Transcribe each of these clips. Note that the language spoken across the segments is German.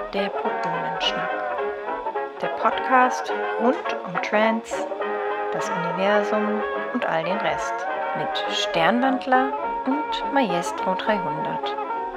Der Protonenschnack. Der Podcast rund um Trance, das Universum und all den Rest. Mit Sternwandler und Maestro 300.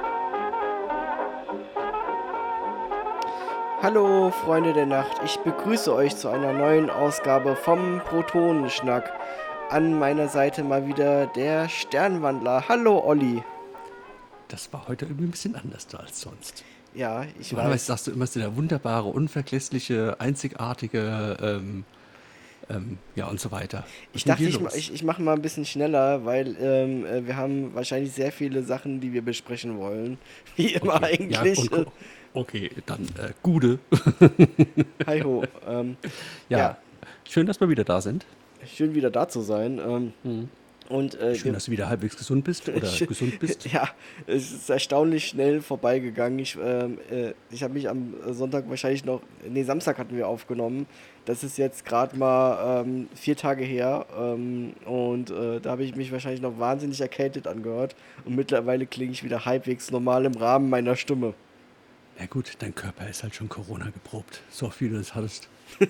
Hallo Freunde der Nacht, ich begrüße euch zu einer neuen Ausgabe vom Protonenschnack. An meiner Seite mal wieder der Sternwandler. Hallo Olli. Das war heute irgendwie ein bisschen anders da als sonst. Ja, ich Normalerweise weiß. sagst du immer so der wunderbare, unvergessliche, einzigartige, ja und so weiter. Was Ich ist denn dachte, hier ich, los? ich mache mal ein bisschen schneller, weil wir haben wahrscheinlich sehr viele Sachen, die wir besprechen wollen. Wie immer Okay, ja, eigentlich. okay, dann Gude. Hi ho. Ja, Ja, schön, dass wir wieder da sind. schön wieder da zu sein. Und Schön, dass du wieder halbwegs gesund bist oder gesund bist. Ja, es ist erstaunlich schnell vorbeigegangen. Ich habe mich am Sonntag wahrscheinlich noch, nee, Samstag hatten wir aufgenommen. Das ist jetzt gerade mal 4 Tage her. Da habe ich mich wahrscheinlich noch wahnsinnig erkältet angehört. Und mittlerweile klinge ich wieder halbwegs normal im Rahmen meiner Stimme. Na gut, dein Körper ist halt schon Corona geprobt. So viel du es hattest.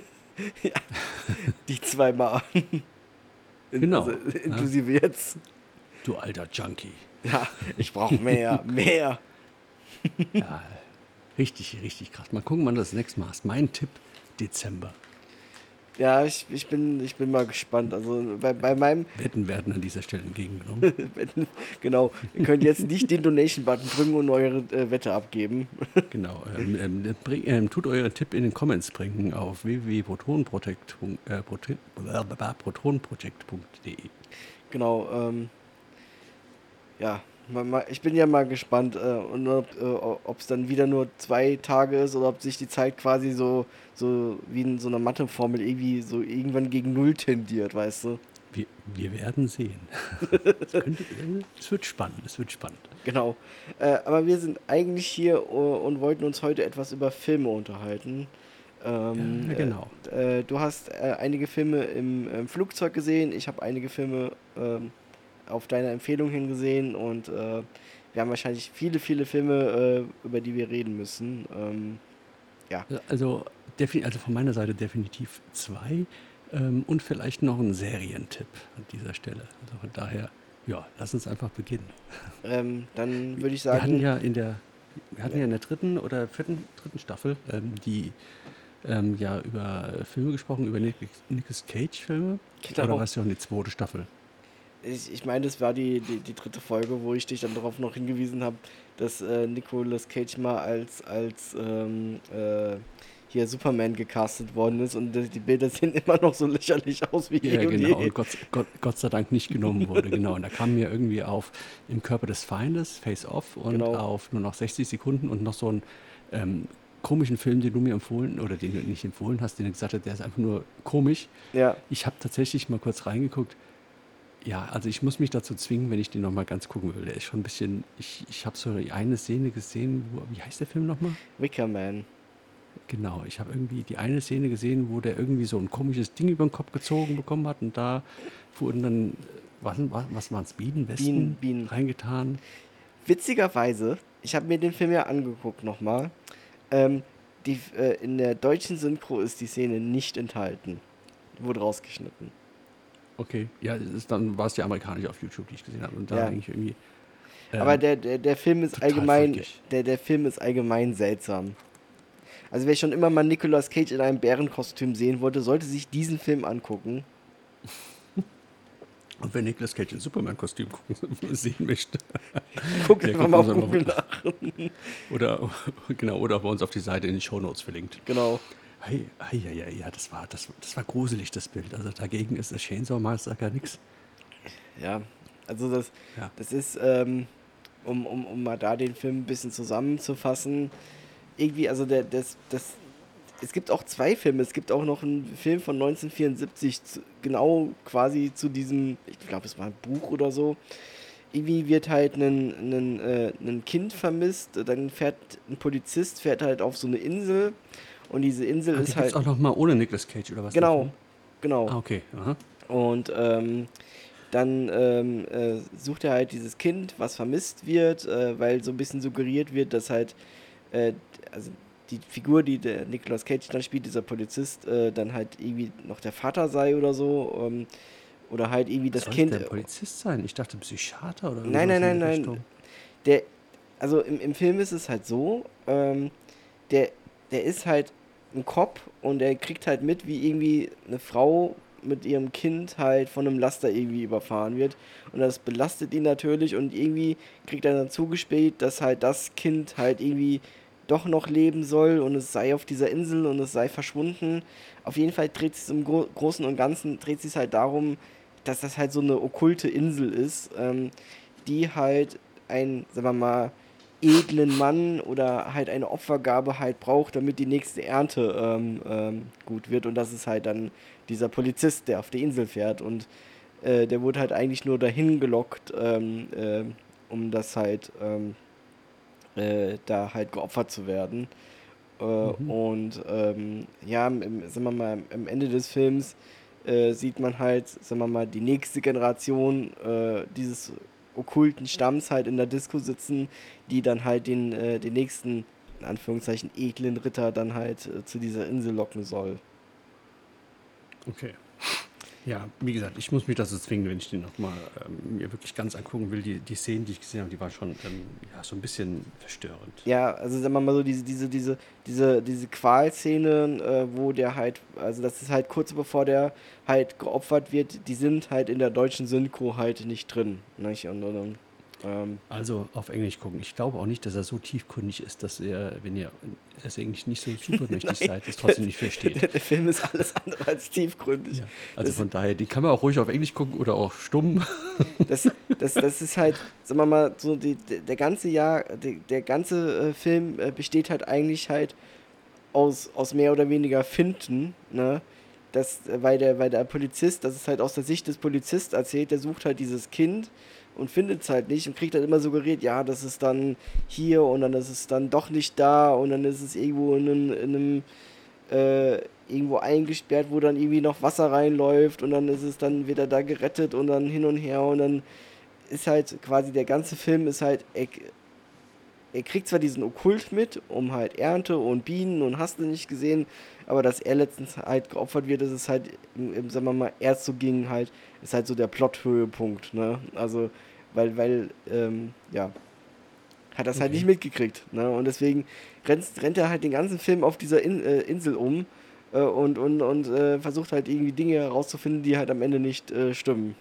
Die 2 Mal. Also, Genau. Ja, inklusive jetzt. du alter Junkie. Ja, ich brauche mehr, mehr. Ja, richtig, richtig krass. Mal gucken, wann du das nächste Mal hast. Mein Tipp, Dezember. Ja, ich bin mal gespannt. Also bei meinem, Wetten werden an dieser Stelle entgegengenommen. genau, ihr könnt jetzt nicht den Donation-Button drücken und eure Wette abgeben. Genau. Tut euren Tipp in den Comments bringen auf www.protonproject.de. Genau, ja, ich bin ja mal gespannt, ob es dann wieder nur 2 Tage ist oder ob sich die Zeit quasi so wie in so einer Matheformel irgendwie so irgendwann gegen Null tendiert, weißt du? Wir werden sehen. Es wird spannend, es wird spannend. Genau. Aber wir sind eigentlich hier und wollten uns heute etwas über Filme unterhalten. Ja, genau. Du hast einige Filme im Flugzeug gesehen, ich habe einige Filme auf deine Empfehlung hingesehen und wir haben wahrscheinlich viele Filme, über die wir reden müssen. Ja, Also, also von meiner Seite definitiv 2 und vielleicht noch ein Serientipp an dieser Stelle. Also von daher, ja, lass uns einfach beginnen. dann würde ich Wir hatten sagen, ja in der dritten Staffel die ja über Filme gesprochen, über Nicolas Cage-Filme. Oder genau, war es ja auch die zweite Staffel? ich meine, das war die dritte Folge, wo ich dich dann darauf noch hingewiesen habe, dass Nicolas Cage mal als hier Superman gecastet worden ist und die Bilder sehen immer noch so lächerlich aus wie Ja, eh und genau. je. Und Gott sei Dank nicht genommen wurde. Genau. Und da kam mir irgendwie auf Im Körper des Feindes, Face Off und Genau. auf nur noch 60 Sekunden und noch so einen komischen Film, den du mir empfohlen oder den du nicht empfohlen hast, den du gesagt hast, der ist einfach nur komisch. Ja, Ich habe tatsächlich mal kurz reingeguckt. Ja, also ich muss mich dazu zwingen, wenn ich den nochmal ganz gucken will. Der ist schon ein bisschen. Ich habe so eine Szene gesehen, wie heißt der Film nochmal? Wicker Man. Genau, ich habe irgendwie die eine Szene gesehen, wo der irgendwie so ein komisches Ding über den Kopf gezogen bekommen hat und da wurden dann, was waren es, Bienen, Wespen Bienen. reingetan. Witzigerweise, ich habe mir den Film ja angeguckt nochmal. Ähm, in der deutschen Synchro ist die Szene nicht enthalten. Wurde rausgeschnitten. Okay, ja, dann war es die amerikanische auf YouTube, die ich gesehen habe und da Ja. eigentlich irgendwie Aber der Film ist total allgemein, freakig. der Film ist allgemein seltsam. Also wer schon immer mal Nicolas Cage in einem Bärenkostüm sehen wollte, sollte sich diesen Film angucken. Und wenn Nicolas Cage in Superman-Kostüm sehen möchte, Guck der einfach guckt mal auf uns einfach Google nach. oder genau, oder bei uns auf die Seite in den Shownotes verlinkt. Genau. Hey, ja, das war gruselig, das Bild. Also dagegen ist das Chainsaw Massacre gar nichts. Ja, also das, Ja. das ist, um mal da den Film ein bisschen zusammenzufassen, irgendwie, also es gibt auch 2 Filme. Es gibt auch noch einen Film von 1974, genau quasi zu diesem, ich glaube, es war ein Buch oder so. Irgendwie wird halt ein Kind vermisst, dann fährt ein Polizist, fährt halt auf so eine Insel und diese Insel Ah, die ist gibt's halt, auch noch mal ohne Nicolas Cage, oder was, den genau, Film? genau. Ah, okay. Aha. Und dann sucht er halt dieses Kind, was vermisst wird, weil so ein bisschen suggeriert wird, dass halt, also die Figur, die der Nicolas Cage dann spielt, dieser Polizist, dann halt irgendwie noch der Vater sei oder so. Oder halt irgendwie Was das soll Kind. denn Polizist sein? Ich dachte Psychiater oder Nein, irgendwas nein, in nein, die nein. Richtung. Der, also im Film ist es halt so, der, der ist halt ein Cop und der kriegt halt mit, wie irgendwie eine Frau mit ihrem Kind halt von einem Laster irgendwie überfahren wird. Und das belastet ihn natürlich und irgendwie kriegt er dann zugespielt, dass halt das Kind halt irgendwie doch noch leben soll und es sei auf dieser Insel und es sei verschwunden. Auf jeden Fall dreht es im Großen und Ganzen dreht sich halt darum, dass das halt so eine okkulte Insel ist, die halt ein, sagen wir mal, edlen Mann oder halt eine Opfergabe halt braucht, damit die nächste Ernte gut wird. Und das ist halt dann dieser Polizist, der auf die Insel fährt. Und der wurde halt eigentlich nur dahin gelockt, um das halt da halt geopfert zu werden. Mhm. Und ja, sagen wir mal, am Ende des Films sieht man halt, sagen wir mal, die nächste Generation dieses okkulten Stamms halt in der Disco sitzen, die dann halt den nächsten, in Anführungszeichen, edlen Ritter dann halt zu dieser Insel locken soll. Okay. Ja, wie gesagt, ich muss mich dazu zwingen, wenn ich den nochmal mir wirklich ganz angucken will. Die Szenen, die ich gesehen habe, die waren schon ja, so ein bisschen verstörend. Ja, also sagen wir mal so, diese Qualszenen, wo der halt, also das ist halt kurz bevor der halt geopfert wird, die sind halt in der deutschen Synchro halt nicht drin. Nicht? Und Also auf Englisch gucken. Ich glaube auch nicht, dass er so tiefgründig ist, dass er, wenn ihr es eigentlich nicht so supermächtig nein, seid, es trotzdem nicht versteht. der Film ist alles andere als tiefgründig. Ja. Also Das, von daher, die kann man auch ruhig auf Englisch gucken oder auch stumm. das ist halt, sagen wir mal, so der ganze der ganze Film besteht halt eigentlich halt aus mehr oder weniger Finden, ne? Weil der Polizist, das ist halt aus der Sicht des Polizisten erzählt, der sucht halt dieses Kind und findet es halt nicht und kriegt halt immer suggeriert, ja, das ist dann hier und dann ist es dann doch nicht da und dann ist es irgendwo irgendwo eingesperrt, wo dann irgendwie noch Wasser reinläuft und dann ist es dann wieder da gerettet und dann hin und her und dann ist halt quasi der ganze Film ist halt, er kriegt zwar diesen Okkult mit, um halt Ernte und Bienen und hast du nicht gesehen, aber dass er letztens halt geopfert wird, das ist halt, sagen wir mal, erst so ging halt, ist halt so der Plot-Höhepunkt, ne? Also, ja, hat das halt nicht Okay. mitgekriegt, ne? Und deswegen rennt er halt den ganzen Film auf dieser Insel um und versucht halt irgendwie Dinge herauszufinden, die halt am Ende nicht stimmen.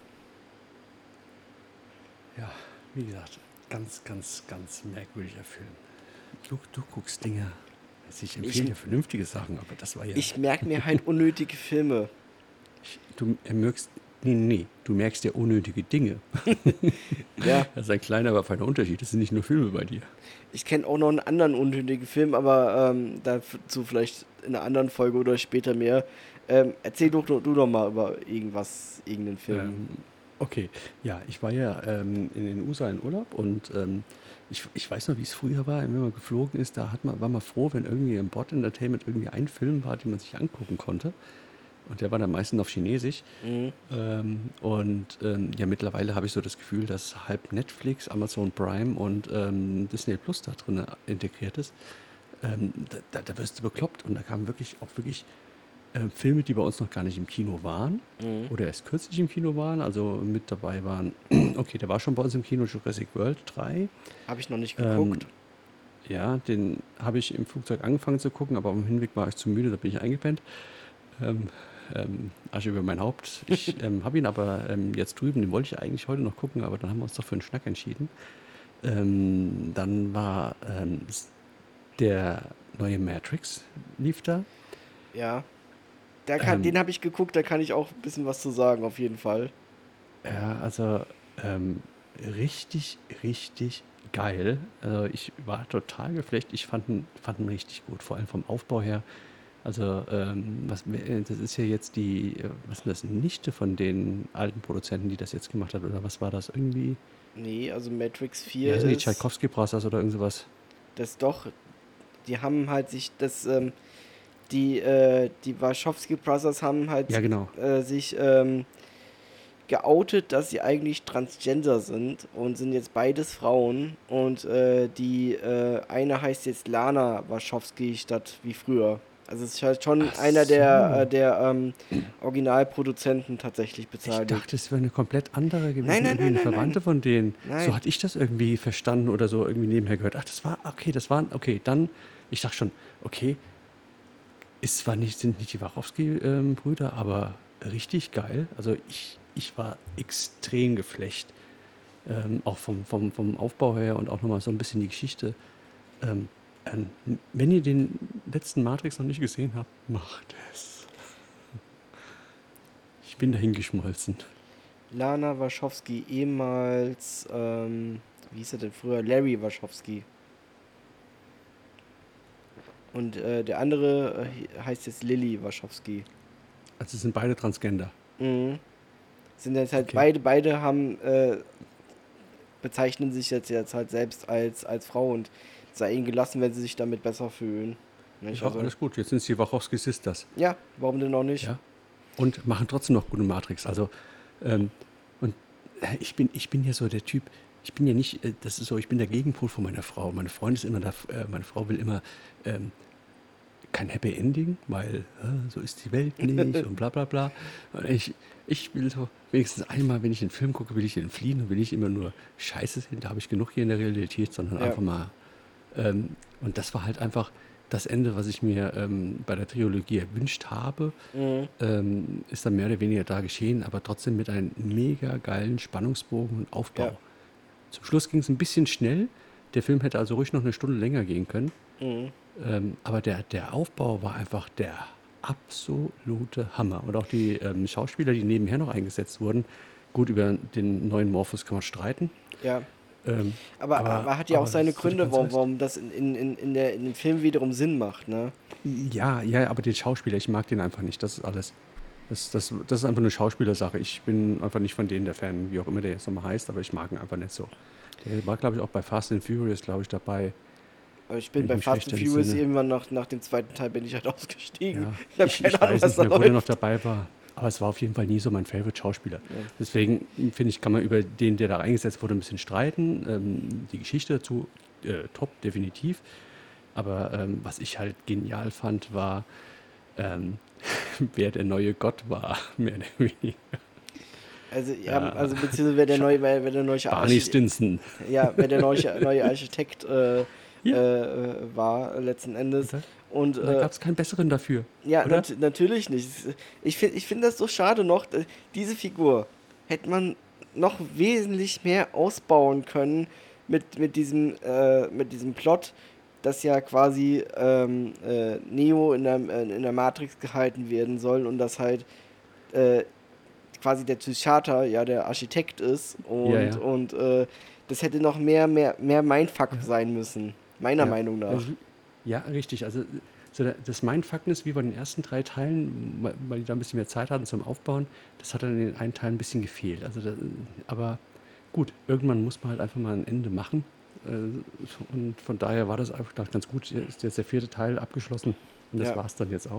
Ja, wie gesagt, ganz, ganz, ganz merkwürdiger Film. Du guckst Dinge. Also ich Ich, empfehle dir vernünftige Sachen, aber das war ja. ich merke mir halt unnötige Filme. Du merkst. Nee, du merkst ja unnötige Dinge. Ja, Das ist ein kleiner, aber feiner Unterschied. Das sind nicht nur Filme bei dir. ich kenne auch noch einen anderen unnötigen Film, aber dazu vielleicht in einer anderen Folge oder später mehr. Erzähl doch du doch mal über irgendeinen Film. Ähm, okay, ja, ich war ja in den USA in Urlaub und ich weiß noch, wie es früher war, wenn man geflogen ist, war man froh, wenn irgendwie im Bord-Entertainment irgendwie ein Film war, den man sich angucken konnte. Und der war dann meistens auf Chinesisch. Mhm. Ja, mittlerweile habe ich so das Gefühl, dass halb Netflix, Amazon Prime und Disney Plus da drin integriert ist. Da wirst du bekloppt und da kamen wirklich Filme, die bei uns noch gar nicht im Kino waren Mhm. oder erst kürzlich im Kino waren. Also mit dabei waren, okay, der war schon bei uns im Kino, Jurassic World 3. Habe ich noch nicht Ähm, geguckt. ja, den habe ich im Flugzeug angefangen zu gucken, aber auf dem Hinweg war ich zu müde, da bin ich eingepennt. Ähm, Asche über mein Haupt. Ich habe ihn aber jetzt drüben, den wollte ich eigentlich heute noch gucken, aber dann haben wir uns doch für einen Schnack entschieden. Dann war der neue Matrix lief da. Ja, Ähm, den habe ich geguckt, da kann ich auch ein bisschen was zu sagen, auf jeden Fall. ja, also richtig, richtig geil. Also ich war total geflecht. Ich fand ihn richtig gut, vor allem vom Aufbau her. Also das ist ja jetzt was ist das, Nichte von den alten Produzenten, die das jetzt gemacht hat, oder was war das irgendwie? Nee, also Matrix Wie 4 heißen die, ist Tchaikovsky Brothers oder irgend sowas? das doch, die haben halt sich die Wachowski Brothers haben halt Ja, genau. sich geoutet, dass sie eigentlich Transgender sind und sind jetzt beides Frauen. Und die eine heißt jetzt Lana Wachowski statt wie früher. Also es ist halt schon Ach einer der, so. Originalproduzenten tatsächlich Ich beteiligt. dachte, es wäre eine komplett andere Nein, gewesen, nein, irgendwie nein, eine nein, nein. Verwandte von denen. So Nein. hatte ich das irgendwie verstanden oder so irgendwie nebenher gehört. Ach, okay, dann, ich dachte schon, okay, sind nicht die Wachowski-Brüder, aber richtig geil. Also ich war extrem geflecht. Auch vom Aufbau her und auch nochmal so ein bisschen die Geschichte. Ähm, wenn ihr den letzten Matrix noch nicht gesehen habt, macht es. Ich bin dahin geschmolzen. Lana Wachowski, ehemals, wie hieß er denn früher? Larry Wachowski. Und der andere heißt jetzt Lily Wachowski. Also sind beide Transgender. Mhm. Sind jetzt halt Okay. beide haben, bezeichnen sich jetzt halt selbst als Frau und sei ihnen gelassen, wenn sie sich damit besser fühlen. Nicht? Ja, Also, alles gut. Jetzt sind es die Wachowski Sisters. ja, warum denn auch nicht? Ja. Und machen trotzdem noch gute Matrix. Also, ähm, und ich bin ja so der Typ, ich bin ja nicht, das ist so, ich bin der Gegenpol von meiner Frau. Meine Freundin ist immer da, meine Frau will immer ähm, kein Happy Ending, weil so ist die Welt nicht und bla bla bla. Und ich will so, wenigstens einmal, wenn ich einen Film gucke, will ich den fliehen und will nicht immer nur Scheiße sehen, da habe ich genug hier in der Realität, sondern Ja. einfach mal. Und das war halt einfach das Ende, was ich mir bei der Trilogie erwünscht habe, Mhm. ist dann mehr oder weniger da geschehen, aber trotzdem mit einem mega geilen Spannungsbogen und Ja. Aufbau. Zum Schluss ging es ein bisschen schnell. Der Film hätte also ruhig noch eine Stunde länger gehen können. Mhm. Aber der Aufbau war einfach der absolute Hammer. Und auch die Schauspieler, die nebenher noch eingesetzt wurden, gut, über den neuen Morpheus kann man streiten. Ja. Ähm, Aber hat ja auch seine das sollte Gründe, kein Zeit. warum das in dem Film wiederum Sinn macht, ne? Ja, aber den Schauspieler, ich mag den einfach nicht. Das ist alles. Das ist einfach eine Schauspielersache. Ich bin einfach nicht von denen der Fan, wie auch immer der jetzt nochmal heißt, aber ich mag ihn einfach nicht so. Der war, glaube ich, auch bei Fast and Furious, glaube ich, dabei, Aber ich wenn bin ich bei mich Fast recht and Furious entsinne. irgendwann nach dem zweiten Teil bin ich halt ausgestiegen. Ja, Ich habe ich keine Ahnung, weiß was nicht da mehr, wo der noch läuft. dabei war. Aber es war auf jeden Fall nie so mein Favorite-Schauspieler. Ja. Deswegen finde ich, kann man über den, der da eingesetzt wurde, ein bisschen streiten. Die Geschichte dazu, top, definitiv. Aber was ich halt genial fand, war, ähm, wer der neue Gott war, mehr oder weniger. Also, ja, Ja, also beziehungsweise wer der neue Barney Stinson. neue Architekt Ja, war, letzten Endes. und da, Und und da gab es keinen besseren dafür, ja, oder? natürlich nicht. Ich find das so schade noch. Diese Figur hätte man noch wesentlich mehr ausbauen können mit diesem Plot, dass ja quasi Neo in der Matrix gehalten werden soll und dass halt äh, quasi der Psychiater ja der Architekt ist Ja, und das hätte noch mehr Mindfuck ja. sein müssen. Meiner Ja, Meinung nach. also, ja, richtig. Also so das Mindfucken ist wie bei den ersten drei Teilen, weil die da ein bisschen mehr Zeit hatten zum Aufbauen. Das hat dann in den einen Teil ein bisschen gefehlt. Aber gut, irgendwann muss man halt einfach mal ein Ende machen. Und von daher war das einfach ganz gut. Ist jetzt der vierte Teil abgeschlossen und das Ja. war es dann jetzt auch.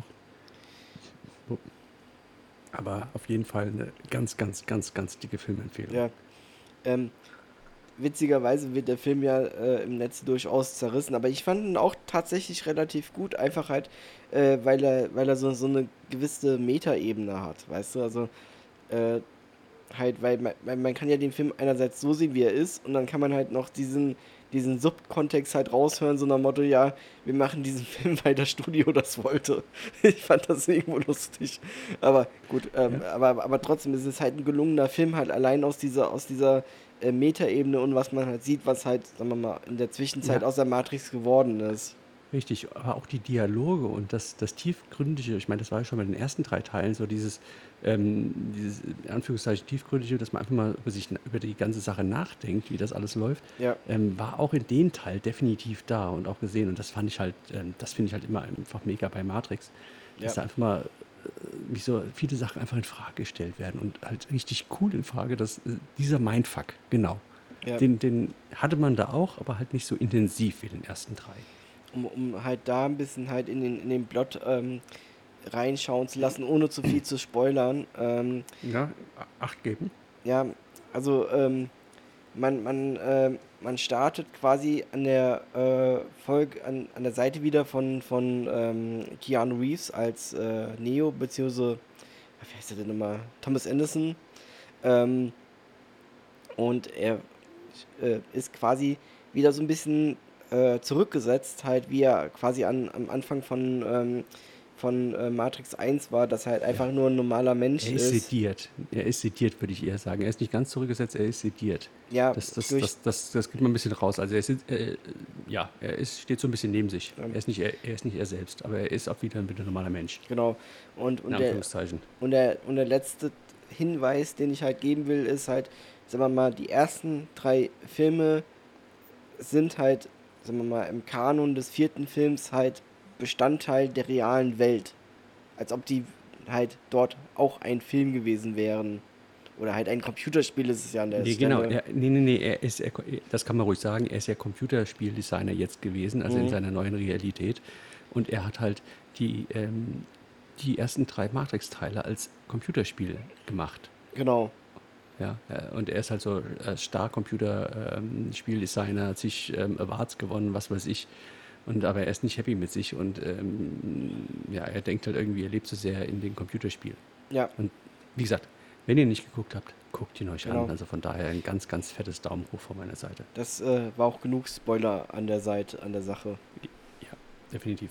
So. Aber auf jeden Fall eine ganz, ganz, ganz, ganz dicke Filmempfehlung. Ja. Ähm, Witzigerweise wird der Film ja im Netz durchaus zerrissen, aber ich fand ihn auch tatsächlich relativ gut, einfach halt, weil er so eine gewisse Metaebene hat, weißt du, also äh, halt, weil man kann ja den Film einerseits so sehen, wie er ist, und dann kann man halt noch diesen Subkontext halt raushören, so nach Motto, ja, wir machen diesen Film, weil das Studio das wollte. Ich fand das irgendwo lustig. Aber gut, Ja, aber trotzdem ist es halt ein gelungener Film, halt allein aus dieser Metaebene und was man halt sieht, was halt, sagen wir mal, in der Zwischenzeit ja. aus der Matrix geworden ist. Richtig, aber auch die Dialoge und das Tiefgründige, ich meine, das war ja schon bei den ersten drei Teilen, so dieses in Anführungszeichen Tiefgründige, dass man einfach mal über die ganze Sache nachdenkt, wie das alles läuft, Ja, war auch in dem Teil definitiv da und auch gesehen. Und das fand ich halt, das finde ich halt immer einfach mega bei Matrix, ja, dass da einfach mal wie so viele Sachen einfach in Frage gestellt werden und halt richtig cool in Frage, dass dieser Mindfuck, genau, ja. den hatte man da auch, aber halt nicht so intensiv wie den ersten drei. Um halt da ein bisschen halt in den Plot reinschauen zu lassen, ohne zu viel zu spoilern. Ja, 8 geben. Ja, also man startet quasi an der an der Seite wieder von Keanu Reeves als Neo, beziehungsweise, wie heißt der denn nochmal? Thomas Anderson. Ähm, und er ist quasi wieder so ein bisschen zurückgesetzt, halt wie er quasi am Anfang von Matrix 1 war, dass er halt einfach nur ein normaler Mensch Er ist ist. sediert. Er ist sediert, würde ich eher sagen. Er ist nicht ganz zurückgesetzt, er ist sediert. Ja, Das geht mal ein bisschen raus. Also steht so ein bisschen neben sich. Ja. Er ist nicht er selbst, aber er ist auch wieder ein normaler Mensch. Genau. Und In Anführungszeichen. der letzte Hinweis, den ich halt geben will, ist halt, sagen wir mal, die ersten 3 Filme sind halt, sagen wir mal, im Kanon des 4. Films halt Bestandteil der realen Welt. Als ob die halt dort auch ein Film gewesen wären. Oder halt ein Computerspiel ist es ja an der Nee, Stelle. genau. Das kann man ruhig sagen, er ist ja Computerspieldesigner jetzt gewesen, also in seiner neuen Realität. Und er hat halt die ersten 3 Matrix-Teile als Computerspiel gemacht. Genau. Ja, und er ist halt so Star-Computer-Spieldesigner, hat sich Awards gewonnen, was weiß ich. Aber er ist nicht happy mit sich und er denkt halt irgendwie, er lebt so sehr in den Computerspielen. Ja, Und wie gesagt, wenn ihr nicht geguckt habt, guckt ihn euch Genau. an. Also von daher ein ganz, ganz fettes Daumen hoch von meiner Seite. das war auch genug Spoiler an der Sache. Ja, definitiv.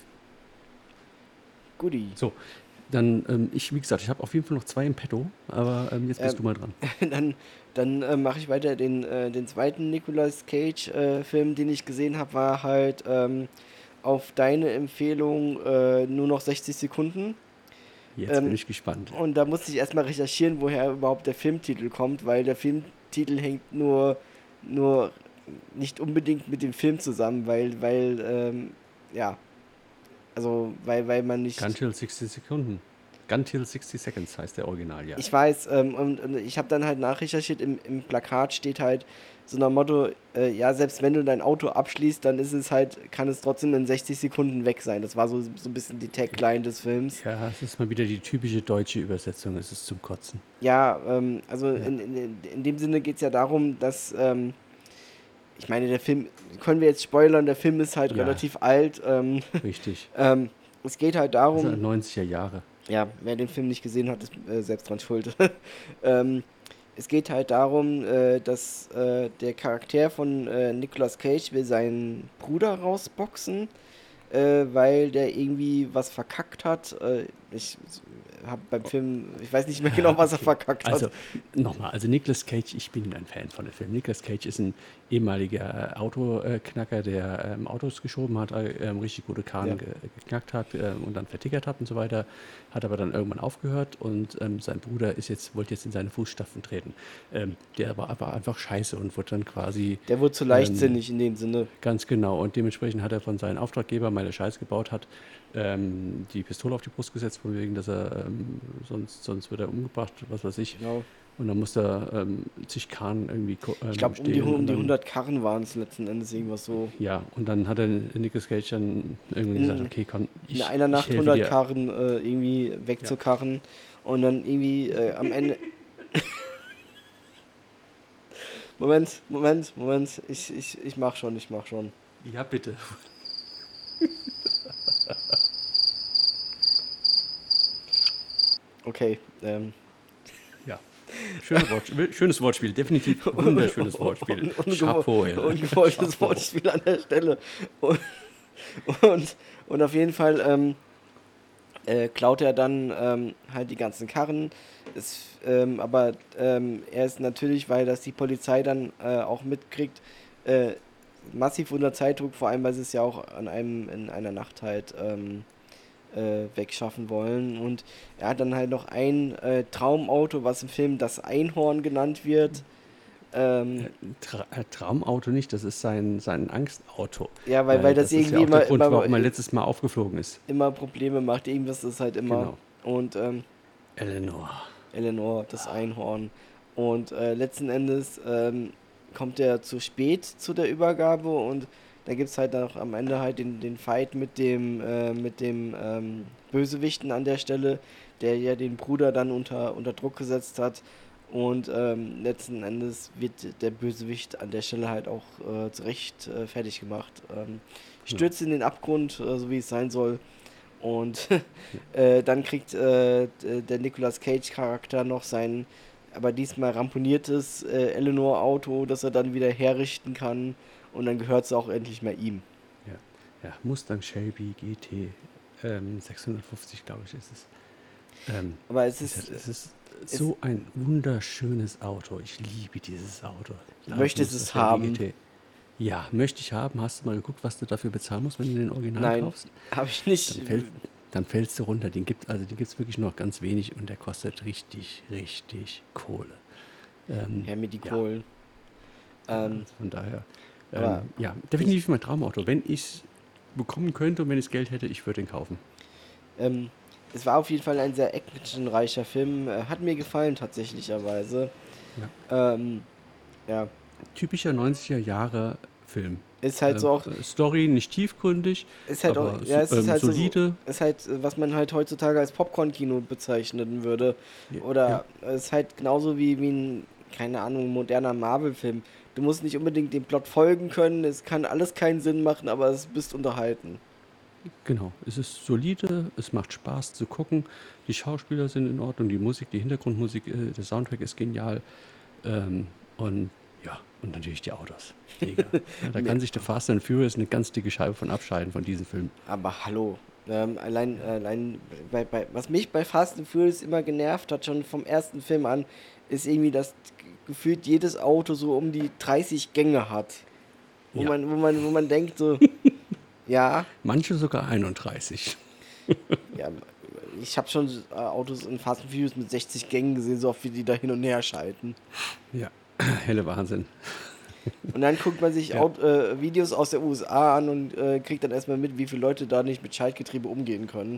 Guti. So, dann, wie gesagt, ich habe auf jeden Fall noch 2 im Petto, aber jetzt bist du mal dran. Dann mache ich weiter. Den zweiten Nicolas Cage Film, den ich gesehen habe, war halt auf deine Empfehlung nur noch 60 Sekunden. Jetzt bin ich gespannt. Und da musste ich erstmal recherchieren, woher überhaupt der Filmtitel kommt, weil der Filmtitel hängt nur nicht unbedingt mit dem Film zusammen, weil man nicht... Gun Till 60 Sekunden. Gun Till 60 Seconds heißt der Original, ja. Ich weiß, und ich habe dann halt nachrecherchiert, im Plakat steht halt so nach Motto, selbst wenn du dein Auto abschließt, dann kann es trotzdem in 60 Sekunden weg sein. Das war so ein bisschen die Tagline des Films. Ja, es ist mal wieder die typische deutsche Übersetzung, es ist zum Kotzen. Ja, in dem Sinne geht es ja darum, dass, ich meine, der Film, können wir jetzt spoilern, der Film ist halt Ja. relativ alt. Richtig. Es geht halt darum... Also 90er Jahre. Ja, wer den Film nicht gesehen hat, ist selbst dran schuld. Es geht halt darum, dass der Charakter von Nicolas Cage will seinen Bruder rausboxen, weil der irgendwie was verkackt hat. Ich habe beim Film, ich weiß nicht mehr genau, was er verkackt Also, hat. nochmal, also Nicolas Cage, ich bin ein Fan von dem Film. Nicolas Cage ist ein ehemaliger Autoknacker, der Autos geschoben hat, richtig gute Karren geknackt hat und dann vertickert hat und so weiter, hat aber dann irgendwann aufgehört und sein Bruder wollte jetzt in seine Fußstapfen treten. Der war aber einfach scheiße und wurde dann quasi... Der wurde zu leichtsinnig in dem Sinne. Ganz genau. Und dementsprechend hat er von seinem Auftraggeber, weil er Scheiße gebaut hat, die Pistole auf die Brust gesetzt, von wegen, dass er sonst wird er umgebracht, was weiß ich. Genau. Und dann musste er zig Karren irgendwie Ich glaube, um die 100 Karren waren es letzten Endes irgendwas so. Ja, und dann hat er Nicolas Cage dann irgendwie gesagt, okay, komm, In einer Nacht helfe 100 dir. Karren irgendwie wegzukarren und dann irgendwie am Ende... Moment, ich mach schon. Ja, bitte. Okay, Ja. Schönes Wortspiel, definitiv wunderschönes Wortspiel. Chapeau, ja. ungewolltes Chapeau. Wortspiel an der Stelle. Und auf jeden Fall klaut er dann halt die ganzen Karren. Aber er ist natürlich, weil das die Polizei dann auch mitkriegt, massiv unter Zeitdruck, vor allem weil sie es ja auch in einer Nacht halt wegschaffen wollen. Und er hat dann halt noch ein Traumauto, was im Film das Einhorn genannt wird. Traumauto nicht, das ist sein Angstauto. Ja, weil das ist irgendwie ja auch der Grund, immer warum er letztes Mal aufgeflogen ist. immer Probleme macht. Irgendwas ist halt immer. Genau. Und Eleanor. das Einhorn. Und letzten Endes kommt er zu spät zu der Übergabe und Da gibt es halt auch am Ende halt den Fight mit dem Bösewichten an der Stelle, der ja den Bruder dann unter Druck gesetzt hat. Und letzten Endes wird der Bösewicht an der Stelle halt auch zurecht fertig gemacht. Ja. Stürzt in den Abgrund, so wie es sein soll. Und Ja. dann kriegt der Nicolas Cage-Charakter noch sein, aber diesmal ramponiertes Eleanor-Auto, das er dann wieder herrichten kann. Und dann gehört es auch endlich mal ihm. Ja. Ja, Mustang Shelby GT 650, glaube ich, ist es. Ähm, Aber es ist es, so ein wunderschönes Auto. Ich liebe dieses Auto. du Das möchtest Mustang es Shelby haben. GT. Ja, möchte ich haben. Hast du mal geguckt, was du dafür bezahlen musst, wenn du den Original Nein, kaufst? habe ich Dann nicht. fällt, dann fällst du runter. Den gibt's wirklich noch ganz wenig und der kostet richtig, richtig Kohle. Ähm, Her mit die ja, Kohlen. Ähm, also von daher, aber ja, ich, definitiv mein Traumauto. Wenn ich es bekommen könnte und wenn ich das Geld hätte, ich würde ihn kaufen. ähm, es war auf jeden Fall ein sehr actionreicher Film. Hat mir gefallen tatsächlicherweise. Ja. Ähm, ja, Typischer 90er Jahre Film. ist halt so auch, Story nicht tiefgründig, ist halt auch, aber ja, es ist halt so, solide. ist halt, was man halt heutzutage als Popcorn-Kino bezeichnen würde. Ja, ja, Oder es ist halt genauso wie ein, keine Ahnung, moderner Marvel-Film. Du musst nicht unbedingt dem Plot folgen können, es kann alles keinen Sinn machen, aber es bist unterhalten. genau. Es ist solide, es macht Spaß zu gucken. Die Schauspieler sind in Ordnung, die Musik, die Hintergrundmusik, der Soundtrack ist genial. Ähm, und ja, und natürlich die Autos. Mega. Ja, da Mir- kann sich der Fast and Furious eine ganz dicke Scheibe von abscheiden von diesem Film. Aber hallo. Allein, Ja. allein was mich bei Fast and Furious immer genervt hat, schon vom ersten Film an, ist irgendwie, dass gefühlt jedes Auto so um die 30 Gänge hat. Wo Ja. man denkt so, ja, Manche sogar 31. ja, ich habe schon Autos in Fast and Furious mit 60 Gängen gesehen, so oft wie die da hin und her schalten. Ja, helle Wahnsinn. Und dann guckt man sich Ja, Videos aus der USA an und kriegt dann erstmal mit, wie viele Leute da nicht mit Schaltgetriebe umgehen können.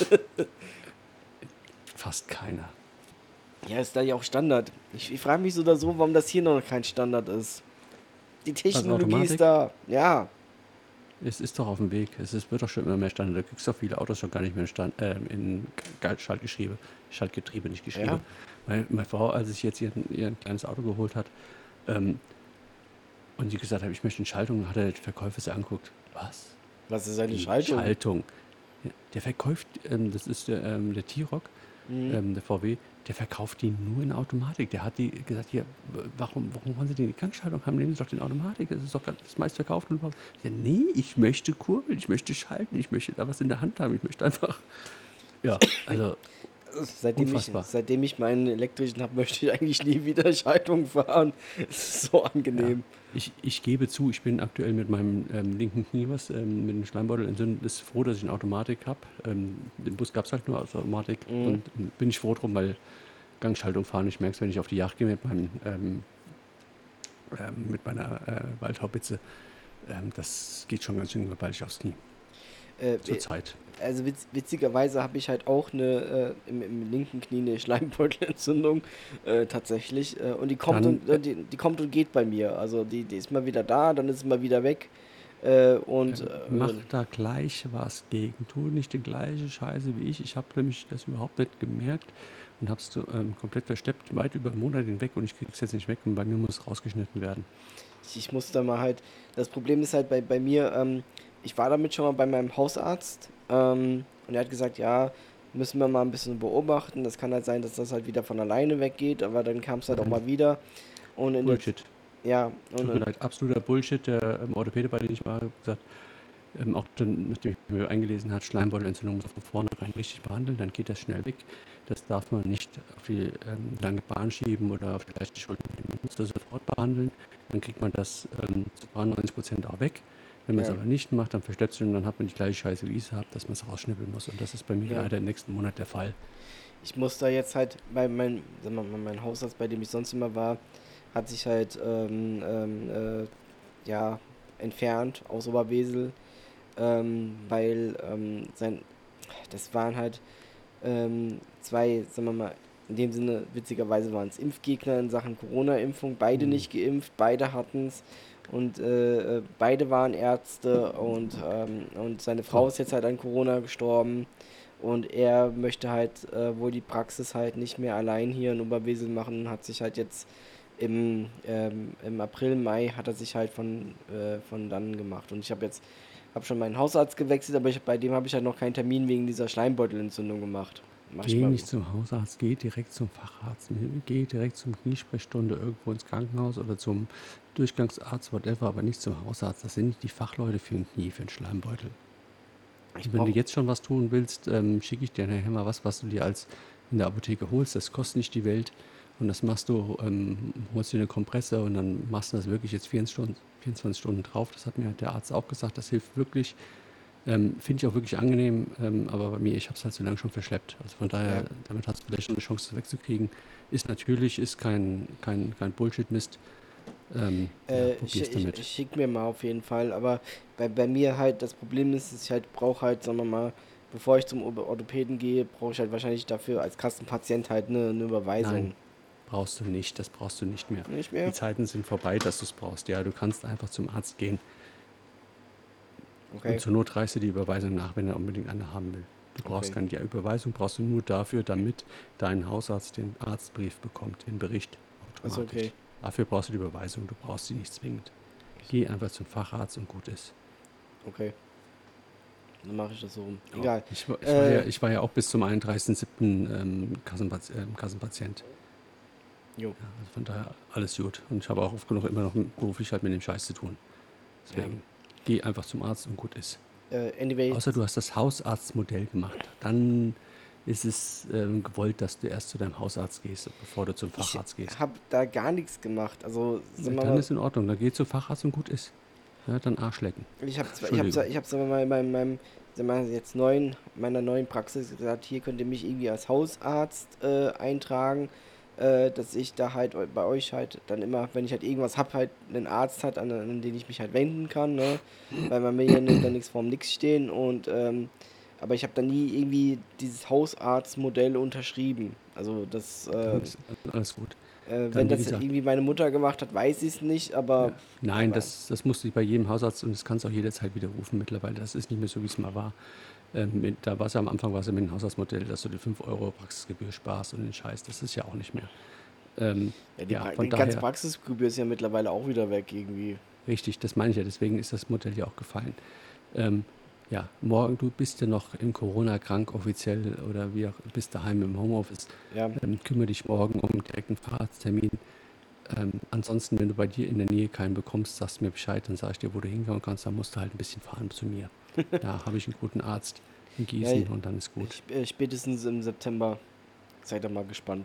fast keiner. Ja, ist da ja auch Standard. Ich frage mich so oder so, warum das hier noch kein Standard ist. Die Was, Technologie ist Automatik? da. Ja, Es ist doch auf dem Weg. Wird doch schon immer mehr Standard. Du kriegst doch viele Autos schon gar nicht mehr in Schaltgetriebe, nicht ja. Geschriebe. Meine Frau, als ich jetzt ihr kleines Auto geholt hat, ähm, und sie gesagt hat, ich möchte eine Schaltung, hat der Verkäufer sie angeguckt. Was? Was ist eine Wie Schaltung? Schaltung? Ja, der verkauft, das ist der T-Roc, Mhm. der VW, der verkauft die nur in Automatik. Der hat die gesagt, hier, warum wollen Sie denn die Gangschaltung haben? Nehmen Sie doch den Automatik, das ist doch das meist verkauft. Und ja, nee, ich möchte kurbeln, ich möchte schalten, ich möchte da was in der Hand haben, ich möchte einfach, ja, also unfassbar. Seitdem ich meinen elektrischen habe, möchte ich eigentlich nie wieder Schaltung fahren. Es ist so Ja, angenehm. ich gebe zu, ich bin aktuell mit meinem linken Knie mit dem Schleimbeutel entzündet, ist froh, dass ich eine Automatik habe. Den Bus gab es halt nur als Automatik Mhm. und bin ich froh drum, weil Gangschaltung fahren, ich merke es, wenn ich auf die Jagd gehe mit meiner Waldhaubitze, das geht schon ganz schön gewaltig aufs Knie. Äh, Zur Zeit. also witzigerweise habe ich halt auch im linken Knie eine Schleimbeutelentzündung, tatsächlich. Und die kommt Dann die kommt und geht bei mir. Also die ist mal wieder da, dann ist sie mal wieder weg. Und mach da gleich was gegen. Tu nicht die gleiche Scheiße wie ich. Ich habe nämlich das überhaupt nicht gemerkt und habe es so, komplett versteppt, weit über einen Monat hinweg und ich kriege es jetzt nicht weg und bei mir muss es rausgeschnitten werden. ich muss da mal halt. Das Problem ist halt bei mir, ich war damit schon mal bei meinem Hausarzt, und er hat gesagt, ja, müssen wir mal ein bisschen beobachten. Das kann halt sein, dass das halt wieder von alleine weggeht, aber dann kam es halt auch Nein, mal wieder. Und in der, Bullshit. ja, Tut mir leid, absoluter Bullshit. Der Orthopäde, bei dem ich war, hat gesagt, auch dann, nachdem ich mir eingelesen habe, Schleimbeutelentzündung muss man von vornherein richtig behandeln, dann geht das schnell weg. Das darf man nicht auf die lange Bahn schieben oder auf die leichte Schulter. Man muss das sofort behandeln, dann kriegt man das zu 90% auch weg. Wenn man es ja, aber nicht macht, dann verschleppt es und dann hat man die gleiche Scheiße, wie ich es habe, dass man es rausschnippeln muss. Und das ist bei mir ja. leider im nächsten Monat der Fall. Ich muss da jetzt halt sagen wir mal, mein Hausarzt, bei dem ich sonst immer war, hat sich halt ja, entfernt aus Oberwesel, weil das waren halt zwei, sagen wir mal, In dem Sinne, witzigerweise waren es Impfgegner in Sachen Corona-Impfung, beide nicht geimpft, beide hatten es und beide waren Ärzte und seine Frau So. ist jetzt halt an Corona gestorben und er möchte halt wohl die Praxis halt nicht mehr allein hier in Oberwesel machen, hat sich halt jetzt im April, Mai hat er sich halt von dann gemacht und ich habe schon meinen Hausarzt gewechselt, aber bei dem habe ich halt noch keinen Termin wegen dieser Schleimbeutelentzündung gemacht. Mach ich Geh mal. nicht zum Hausarzt, geh direkt zum Facharzt, geh direkt zum Kniesprechstunde irgendwo ins Krankenhaus oder zum Durchgangsarzt, whatever, aber nicht zum Hausarzt. Das sind nicht die Fachleute für ein Knie, für einen Schleimbeutel. Ich Und wenn du brauche jetzt schon was tun willst, schicke ich dir nachher mal was du dir als in der Apotheke holst. Das kostet nicht die Welt. Und das machst du, holst dir eine Kompresse und dann machst du das wirklich jetzt 24 Stunden drauf. Das hat mir der Arzt auch gesagt. Das hilft wirklich. Finde ich auch wirklich angenehm, aber bei mir, ich habe es halt so lange schon verschleppt. Also von daher, ja, damit hast du vielleicht schon eine Chance, das wegzukriegen. Ist natürlich, ist kein Bullshit-Mist. Probier's damit. ich schick mir mal auf jeden Fall, aber bei mir halt das Problem ist, dass ich halt brauche halt, sagen wir mal, bevor ich zum Orthopäden gehe, brauche ich halt wahrscheinlich dafür als Kassenpatient halt eine Überweisung. Nein, brauchst du nicht. Das brauchst du nicht mehr. Nicht Die mehr? Zeiten sind vorbei, dass du es brauchst. Ja, du kannst einfach zum Arzt gehen Okay, und zur Not reichst du die Überweisung nach, wenn er unbedingt eine haben will. Du brauchst okay. keine Überweisung, brauchst du nur dafür, damit dein Hausarzt den Arztbrief bekommt, den Bericht Also automatisch. okay. Dafür brauchst du die Überweisung, du brauchst sie nicht zwingend. Geh einfach zum Facharzt und gut ist. Okay. Dann mache ich das so rum. Ja. Egal. Ich war ja auch bis zum 31.07. Kassenpatient. Jo. Ja, also von daher alles gut. Und ich habe auch oft genug immer noch beruflich halt mit dem Scheiß zu tun. Deswegen geh einfach zum Arzt und gut ist. Anyway, Außer du hast das Hausarztmodell gemacht. Dann ist es gewollt, dass du erst zu deinem Hausarzt gehst, bevor du zum ich Facharzt gehst. habe da gar nichts gemacht. Also, sagen wir Dann mal, ist in Ordnung. Dann geh zum Facharzt und gut ist. Ja, dann Arsch lecken. ich habe Entschuldigung. sagen wir mal, sagen wir mal, jetzt meiner neuen Praxis gesagt, hier könnt ihr mich irgendwie als Hausarzt eintragen, dass ich da halt bei euch halt dann immer, wenn ich halt irgendwas hab, halt einen Arzt hat, an den ich mich halt wenden kann, ne? Weil man will ja dann nichts vorm Nix stehen und aber ich habe da nie irgendwie dieses Hausarztmodell unterschrieben. Also das, Dann ist alles gut. wenn Dann, wie das gesagt, irgendwie meine Mutter gemacht hat, weiß ich es nicht, aber nein, aber das musst du bei jedem Hausarzt und das kannst du auch jederzeit widerrufen mittlerweile. Das ist nicht mehr so, wie es mal war. Da war es ja am Anfang mit dem Haushaltsmodell, dass du die 5 Euro Praxisgebühr sparst und den Scheiß. Das ist ja auch nicht mehr. ja, Von die ganze daher, Praxisgebühr ist ja mittlerweile auch wieder weg irgendwie. richtig, das meine ich ja. Deswegen ist das Modell ja auch gefallen. Ähm, ja, morgen, du bist ja noch in Corona krank offiziell oder wie auch, bist daheim im Homeoffice. Ja, Kümmere dich morgen um direkt einen Fahrradstermin. Ansonsten, wenn du bei dir in der Nähe keinen bekommst, sagst du mir Bescheid, dann sage ich dir, wo du hinkommen kannst. Dann musst du halt ein bisschen fahren zu mir. Da habe ich einen guten Arzt in ja, Gießen und dann ist gut. spätestens im September. Seid ihr mal gespannt.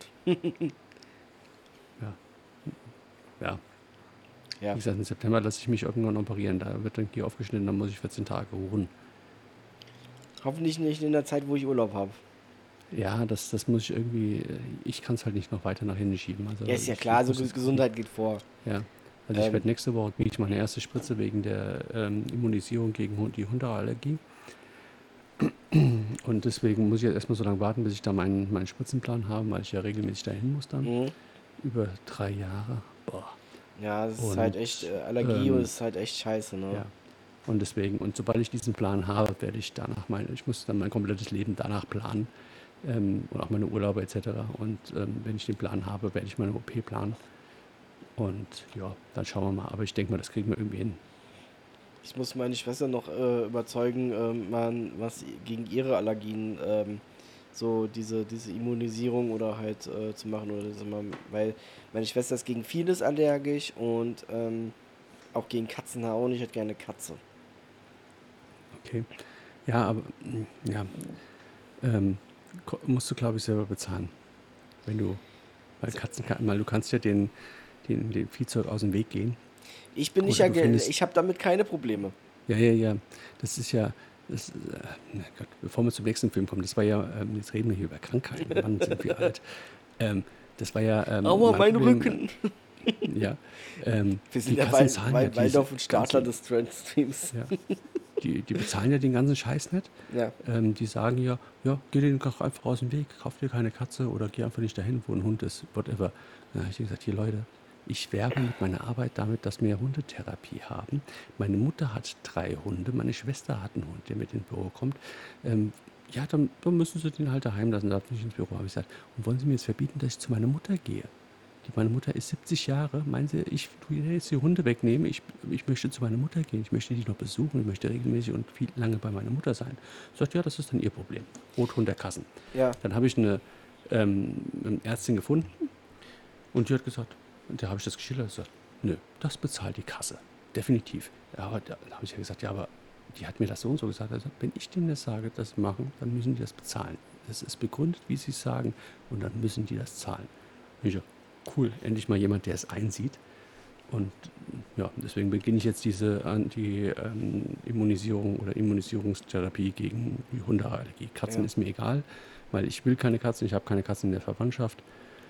Ja, ja. Ja, Wie gesagt, im September lasse ich mich irgendwann operieren. Da wird dann hier aufgeschnitten, dann muss ich 14 Tage ruhen. hoffentlich nicht in der Zeit, wo ich Urlaub habe. Ja, das muss ich irgendwie, ich kann es halt nicht noch weiter nach hinten schieben. Also Ja, ist ja ich klar, also muss es Gesundheit geht vor. ja. Also ich Ähm, werde nächste Woche kriege ich meine erste Spritze wegen der Immunisierung gegen die Hundeallergie. Und deswegen muss ich jetzt erstmal so lange warten, bis ich da meinen Spritzenplan habe, weil ich ja regelmäßig dahin muss dann. mhm. Über 3 Jahre. Boah. Ja, es ist Und halt echt Allergie und ähm, es ist halt echt scheiße, ne? ja. Und deswegen, und sobald ich diesen Plan habe, werde ich danach ich muss dann mein komplettes Leben danach planen. Und auch meine Urlaube etc. Und wenn ich den Plan habe, werde ich meine OP planen. Und ja, dann schauen wir mal. Aber ich denke mal, das kriegen wir irgendwie hin. Ich muss meine Schwester noch überzeugen, was gegen ihre Allergien, so diese Immunisierung oder halt zu machen oder so mal, weil meine Schwester ist gegen vieles allergisch und auch gegen Katzenhaar und ich hätte gerne Katze. Okay. Ja, aber ja, ähm, musst du, glaube ich, selber bezahlen. Wenn du, weil du kannst ja den Viehzeug aus dem Weg gehen. Ich bin nicht Oder du findest, ich habe damit keine Probleme. ja. Das ist ja, na Gott, bevor wir zum nächsten Film kommen, das war ja, jetzt reden wir hier über Krankheiten, wann sind wir alt? Das war ja Aua, mein Problem, Rücken! ja, Wir die sind ja Kassen zahlen ja Waldorf und diese Starter ganzen, des Trendstreams. ja, die bezahlen ja den ganzen Scheiß nicht. Ja. Die sagen ja, geh den doch einfach aus dem Weg, kauf dir keine Katze oder geh einfach nicht dahin, wo ein Hund ist, whatever. Dann habe ich gesagt, hier Leute, ich werbe mit meiner Arbeit damit, dass wir Hundetherapie haben. Meine Mutter hat 3 Hunde, meine Schwester hat einen Hund, der mit ins Büro kommt. Ja, dann müssen Sie den halt daheim lassen, darf nicht ins Büro. Habe ich gesagt, und wollen Sie mir jetzt verbieten, dass ich zu meiner Mutter gehe? Meine Mutter ist 70 Jahre. Meinen Sie, ich tue ihr jetzt die Hunde wegnehmen? Ich möchte zu meiner Mutter gehen. Ich möchte die noch besuchen. Ich möchte regelmäßig und viel lange bei meiner Mutter sein. Sagt, ja, das ist dann Ihr Problem. Rothund der Kassen. Ja. Dann habe ich eine Ärztin gefunden und die hat gesagt, und da habe ich das geschildert und gesagt, nö, das bezahlt die Kasse. Definitiv. Ja, aber dann habe ich ja gesagt, ja, aber die hat mir das so und so gesagt. Also, wenn ich denen das sage, das sie machen, dann müssen die das bezahlen. Es ist begründet, wie sie es sagen, und dann müssen die das zahlen. Und ich so, cool, endlich mal jemand, der es einsieht. Und ja, deswegen beginne ich jetzt diese Anti-Immunisierung oder Immunisierungstherapie gegen die Hundeallergie. Katzen ist mir egal, weil ich will keine Katzen, ich habe keine Katzen in der Verwandtschaft.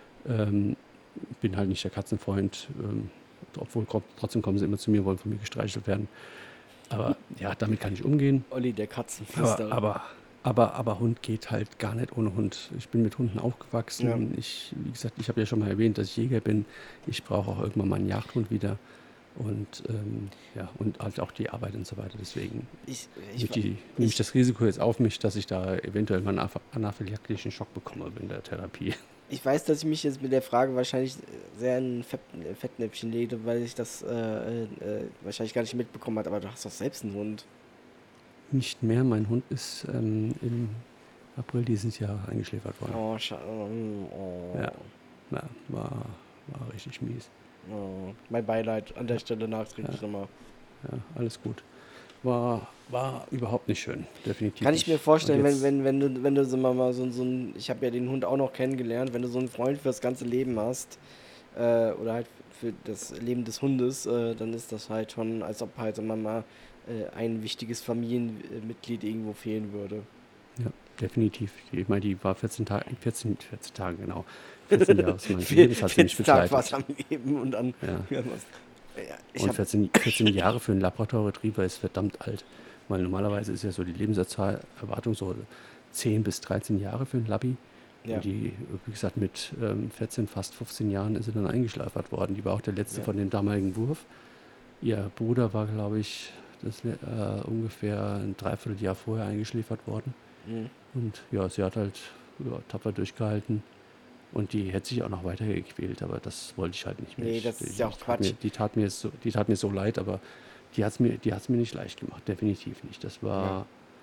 Bin halt nicht der Katzenfreund, obwohl trotzdem kommen sie immer zu mir, wollen von mir gestreichelt werden. Aber ja, damit kann ich umgehen. Olli, der Katzenpflaster. Aber Hund geht halt gar nicht ohne Hund. Ich bin mit Hunden aufgewachsen. Ja. Wie gesagt, ich habe ja schon mal erwähnt, dass ich Jäger bin. Ich brauche auch irgendwann mal einen Jagdhund wieder. Und und halt auch die Arbeit und so weiter. Deswegen nehme ich das Risiko jetzt auf mich, dass ich da eventuell mal einen anaphylaktischen Schock bekomme in der Therapie. Ich weiß, dass ich mich jetzt mit der Frage wahrscheinlich sehr in ein Fettnäpfchen lege, weil ich das wahrscheinlich gar nicht mitbekommen habe, aber du hast doch selbst einen Hund. Nicht mehr. Mein Hund ist im April dieses Jahr eingeschläfert worden. Oh, schade. Oh. Ja, war richtig mies. Oh. Mein Beileid an der Stelle nachträglich nochmal. Ja, alles gut. War überhaupt nicht schön, definitiv. Kann ich mir vorstellen, jetzt, wenn du so mal so ein, ich habe ja den Hund auch noch kennengelernt, wenn du so einen Freund fürs ganze Leben hast, oder halt für das Leben des Hundes, dann ist das halt schon, als ob halt immer mal ein wichtiges Familienmitglied irgendwo fehlen würde. Ja, definitiv. Ich meine, die war 14 Tage, genau. 14 Jahre aus meinem Leben, das hat sie nicht begleitet. was am Leben und dann... Ja. Und 14 Jahre für einen Labrador-Retriever ist verdammt alt, weil normalerweise ist ja so die Lebenserwartung so 10 bis 13 Jahre für einen Labby. Ja. Und die, wie gesagt, mit 14, fast 15 Jahren ist sie dann eingeschleifert worden. Die war auch der letzte von dem damaligen Wurf. Ihr Bruder war, glaube ich, ungefähr ein Dreivierteljahr vorher eingeschläfert worden. Mhm. Und ja, sie hat halt tapfer durchgehalten. Und die hätte sich auch noch weiter gequält, aber das wollte ich halt nicht mehr. Nee, das ist ja auch Quatsch. Die tat mir so leid, aber die hat's mir nicht leicht gemacht, definitiv nicht. Das war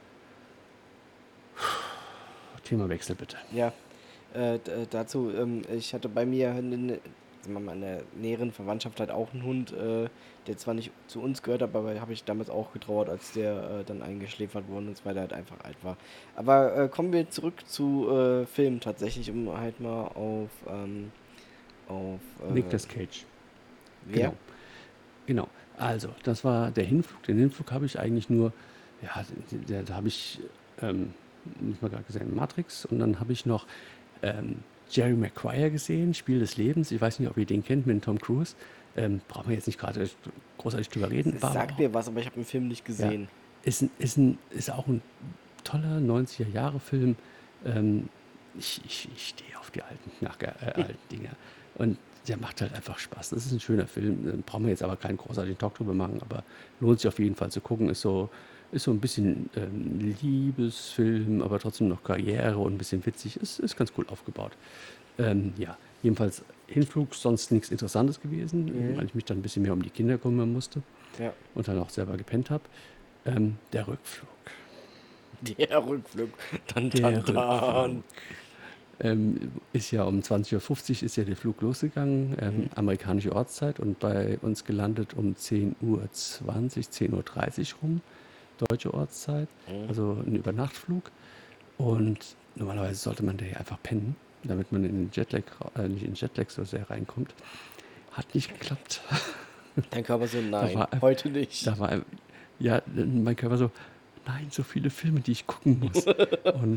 Themawechsel bitte. Ja, dazu, ich hatte bei mir in der näheren Verwandtschaft halt auch einen Hund, der zwar nicht zu uns gehört, aber habe ich damals auch getrauert, als der dann eingeschläfert wurde, und weil der halt einfach alt war. Aber kommen wir zurück zu Filmen tatsächlich, um halt mal auf Nicolas Cage. Wer? Genau. Also, das war der Hinflug. Den Hinflug habe ich eigentlich nur, da habe ich, muss man gerade gesehen, Matrix, und dann habe ich noch Jerry Maguire gesehen, Spiel des Lebens. Ich weiß nicht, ob ihr den kennt, mit Tom Cruise. Brauchen wir jetzt nicht gerade großartig drüber reden. Das sagt mir was, aber ich habe den Film nicht gesehen. Ja, ist auch ein toller 90er-Jahre-Film. Ich stehe auf die alten Dinger. Und der macht halt einfach Spaß. Das ist ein schöner Film. Brauchen wir jetzt aber keinen großartigen Talk drüber machen, aber lohnt sich auf jeden Fall zu gucken. Ist so ein bisschen Liebesfilm, aber trotzdem noch Karriere und ein bisschen witzig. Ist ganz cool aufgebaut. Jedenfalls Hinflug, sonst nichts Interessantes gewesen, weil ich mich dann ein bisschen mehr um die Kinder kümmern musste und dann auch selber gepennt habe. Der Rückflug. Der Rückflug. Rückflug. Ist ja um 20.50 Uhr ist ja der Flug losgegangen, amerikanische Ortszeit, und bei uns gelandet um 10.20 Uhr, 10.30 Uhr rum, deutsche Ortszeit, also ein Übernachtflug. Und normalerweise sollte man da ja einfach pennen, damit man in den Jetlag, nicht in den Jetlag so sehr reinkommt. Hat nicht geklappt. Dein Körper so, nein, heute nicht. Mein Körper so, nein, so viele Filme, die ich gucken muss. Und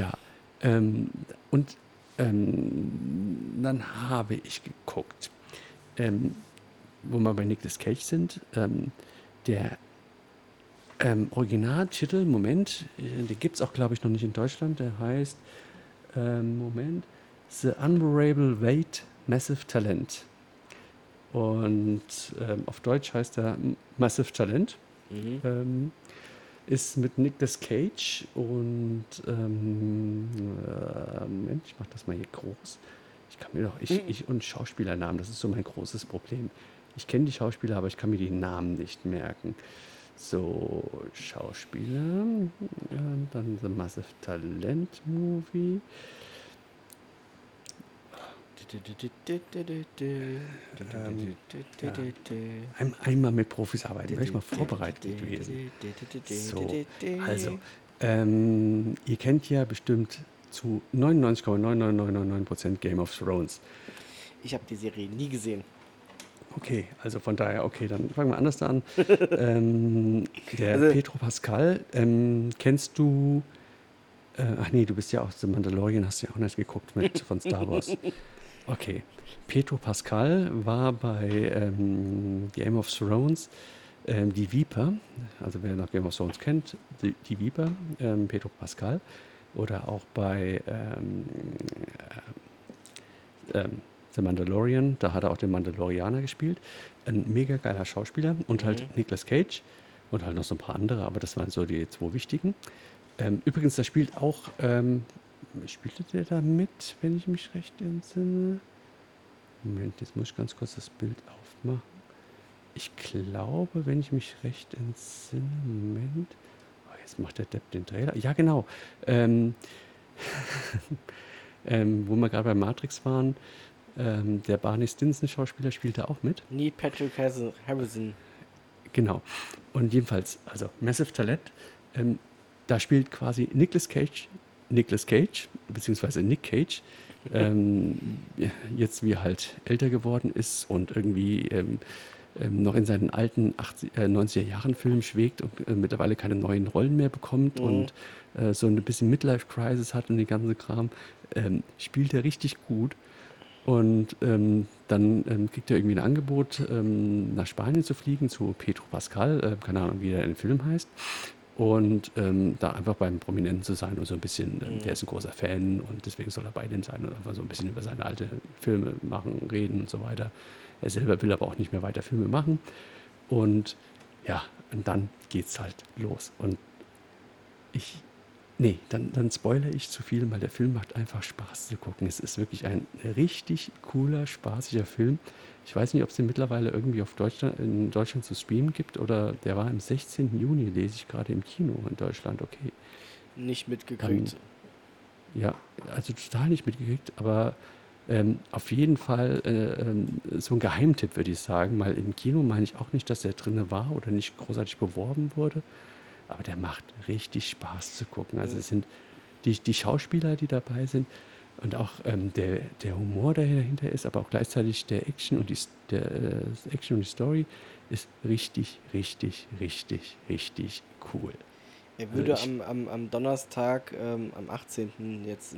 dann habe ich geguckt, wo wir bei Nicolas Cage sind, der Originaltitel, Moment, den gibt es auch, glaube ich, noch nicht in Deutschland. Der heißt, Moment, The Unbearable Weight, Massive Talent. Und auf Deutsch heißt er Massive Talent. Mhm. Ist mit Nicolas Cage und Moment, ich mache das mal hier groß. Ich kann mir doch, ich und Schauspielernamen, das ist so mein großes Problem. Ich kenne die Schauspieler, aber ich kann mir die Namen nicht merken. So, Schauspieler, dann The Massive Talent Movie. Einmal mit Profis arbeiten, wäre ich mal vorbereitet gewesen. So, also, ihr kennt ja bestimmt zu 99,99999% Game of Thrones. Ich habe die Serie nie gesehen. Okay, also von daher, okay, dann fangen wir anders an. Der Also- Pedro Pascal, kennst du, ach nee, du bist ja auch The Mandalorian, hast du ja auch nicht geguckt von Star Wars. Okay, Pedro Pascal war bei Game of Thrones die Viper, also wer noch Game of Thrones kennt, die Viper, Pedro Pascal, oder auch bei The Mandalorian, da hat er auch den Mandalorianer gespielt. Ein mega geiler Schauspieler und halt Nicolas Cage und halt noch so ein paar andere, aber das waren so die zwei wichtigen. Übrigens, da spielt auch, spielte der da mit, wenn ich mich recht entsinne? Moment, jetzt muss ich ganz kurz das Bild aufmachen. Ich glaube, wenn ich mich recht entsinne, Moment. Oh, jetzt macht der Depp den Trailer. Ja, genau. Wo wir gerade bei Matrix waren, der Barney Stinson-Schauspieler spielte auch mit. Neil Patrick Harrison. Genau. Und jedenfalls, also Massive Talent, da spielt quasi Nicolas Cage, beziehungsweise Nick Cage, jetzt wie er halt älter geworden ist und irgendwie noch in seinen alten 90er Jahren Filmen schwegt und mittlerweile keine neuen Rollen mehr bekommt und so ein bisschen Midlife-Crisis hat und den ganzen Kram, spielt er richtig gut. Und dann kriegt er irgendwie ein Angebot, nach Spanien zu fliegen, zu Pedro Pascal, keine Ahnung, wie der in dem Film heißt. Und da einfach beim Prominenten zu sein und so ein bisschen, der ist ein großer Fan und deswegen soll er bei denen sein und einfach so ein bisschen über seine alte Filme machen, reden und so weiter. Er selber will aber auch nicht mehr weiter Filme machen. Und ja, und dann geht's halt los. Und dann spoilere ich zu viel, weil der Film macht einfach Spaß zu gucken. Es ist wirklich ein richtig cooler, spaßiger Film. Ich weiß nicht, ob es den mittlerweile irgendwie in Deutschland zu streamen gibt oder der war am 16. Juni, lese ich gerade im Kino in Deutschland. Okay, Nicht mitgekriegt. ja, also total nicht mitgekriegt, aber auf jeden Fall so ein Geheimtipp, würde ich sagen, weil im Kino meine ich auch nicht, dass der drinne war oder nicht großartig beworben wurde. Aber der macht richtig Spaß zu gucken. Also es sind die Schauspieler, die dabei sind und auch der Humor, der dahinter ist, aber auch gleichzeitig der Action und das Action und die Story ist richtig, richtig, richtig, richtig cool. Er würde Also am Donnerstag, am 18. jetzt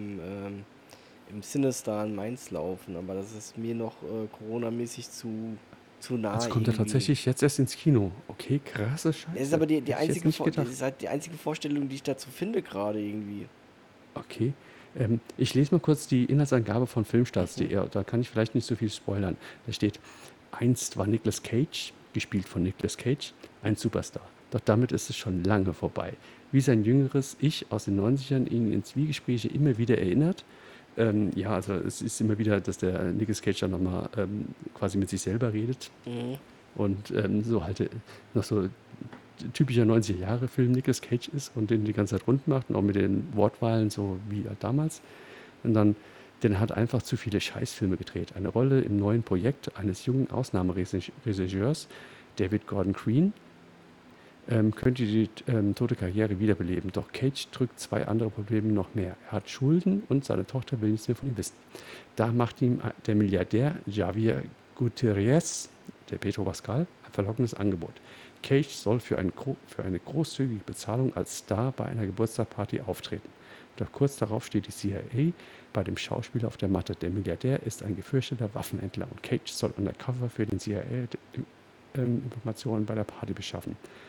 im Cinestar in Mainz laufen, aber das ist mir noch Corona-mäßig zu nah. Jetzt kommt er irgendwie. tatsächlich jetzt erst ins Kino. Okay, krasse Scheiße. Das ist aber die Hätte ich jetzt einzige, nicht das gedacht. ist halt die einzige Vorstellung, die ich dazu finde gerade irgendwie. Okay. Ich lese mal kurz die Inhaltsangabe von filmstarts.de. Da kann ich vielleicht nicht so viel spoilern. Da steht, einst war Nicolas Cage, gespielt von Nicolas Cage, ein Superstar. Doch damit ist es schon lange vorbei. Wie sein jüngeres Ich aus den 90ern ihn in Zwiegespräche immer wieder erinnert. Ja, also es ist immer wieder, dass der Nicolas Cage dann nochmal quasi mit sich selber redet. Und so halt noch so typischer 90er-Jahre-Film Nicolas Cage ist und den die ganze Zeit rund macht und auch mit den Wortwahlen so wie halt damals. Und dann, der hat einfach zu viele Scheißfilme gedreht. Eine Rolle im neuen Projekt eines jungen Ausnahmeregisseurs, David Gordon Green, könnte die tote Karriere wiederbeleben. Doch Cage drückt zwei andere Probleme noch mehr. Er hat Schulden und seine Tochter will nichts mehr von ihm wissen. Da macht ihm der Milliardär Javier Gutierrez, der Pedro Pascal, ein verlockendes Angebot. Cage soll für eine großzügige Bezahlung als Star bei einer Geburtstagsparty auftreten. Doch kurz darauf steht die CIA bei dem Schauspieler auf der Matte. Der Milliardär ist ein gefürchteter Waffenhändler und Cage soll undercover für den CIA Informationen bei der Party beschaffen.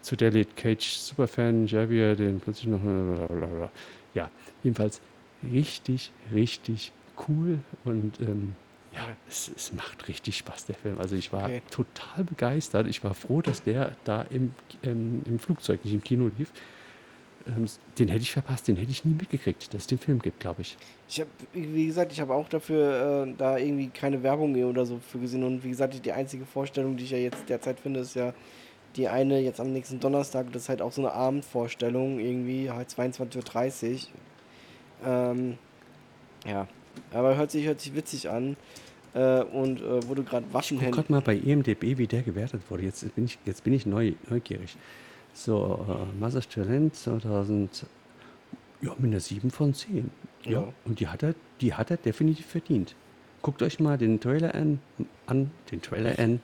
zu der lädt Cage Superfan Javier den plötzlich noch. Blablabla. Ja, jedenfalls richtig, richtig cool und ja, es macht richtig Spaß, der Film. Also ich war Okay. total begeistert. Ich war froh, dass der da im Flugzeug, nicht im Kino lief. Den hätte ich verpasst, den hätte ich nie mitgekriegt, dass es den Film gibt, glaube ich. Ich habe, wie gesagt, ich habe auch dafür da irgendwie keine Werbung oder so für gesehen. Und wie gesagt, die einzige Vorstellung, die ich ja jetzt derzeit finde, ist ja die eine jetzt am nächsten Donnerstag. Das ist halt auch so eine Abendvorstellung, irgendwie halt 22:30 Uhr. Ähm, ja, aber hört sich witzig an. Wo du gerade Ich gucke Waffenhändler. gerade mal bei IMDb, wie der gewertet wurde. Jetzt bin ich neugierig. So, Masters Talent 2000, ja, mit einer 7 von 10. Ja, Ja. und die hat er definitiv verdient. Guckt euch mal den Trailer an, den Trailer an,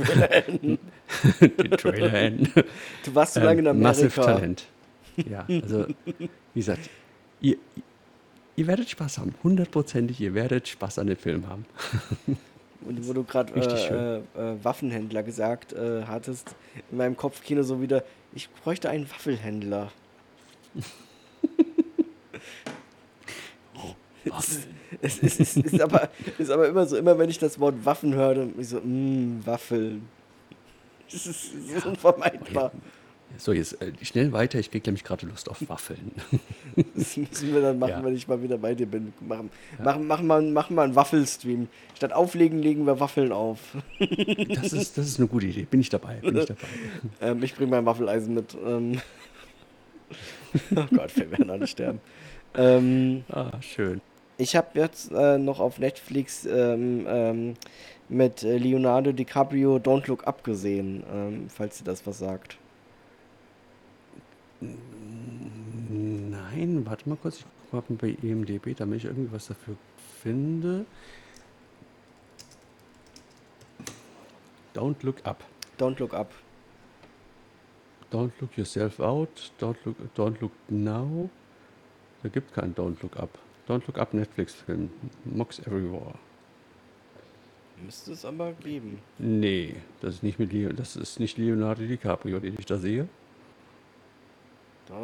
den Trailer an. Du warst zu lange in Massive Amerika. Talent. Ja, also, wie gesagt, ihr werdet Spaß haben. 100%ig, ihr werdet Spaß an dem Film haben. Und wo du gerade Richtig schön. Waffenhändler gesagt hattest, in meinem Kopfkino so wieder, ich bräuchte einen Waffelhändler. Ist aber immer so, immer wenn ich das Wort Waffen höre, ich so, Waffeln. Das ist unvermeidbar. So, jetzt schnell weiter. Ich kriege nämlich gerade Lust auf Waffeln. Das müssen wir dann machen, Ja. wenn ich mal wieder bei dir bin. Machen wir einen Waffelstream. Statt auflegen, legen wir Waffeln auf. Das ist eine gute Idee. Bin ich dabei. Ich bringe mein Waffeleisen mit. Oh Gott, wir werden alle sterben. Schön. Ich habe jetzt noch auf Netflix mit Leonardo DiCaprio Don't Look Up gesehen, falls dir das was sagt. Nein, warte mal kurz. Ich gucke mal bei IMDb, damit ich irgendwie was dafür finde. Don't Look Up. Don't Look Up. Don't Look Yourself Out. Don't Look Now. Da gibt keinen Don't Look Up. Don't Look Up Netflix-Film. Mox Everywhere. Müsste es aber geben. Nee, das ist nicht Leonardo DiCaprio, den ich da sehe. Da.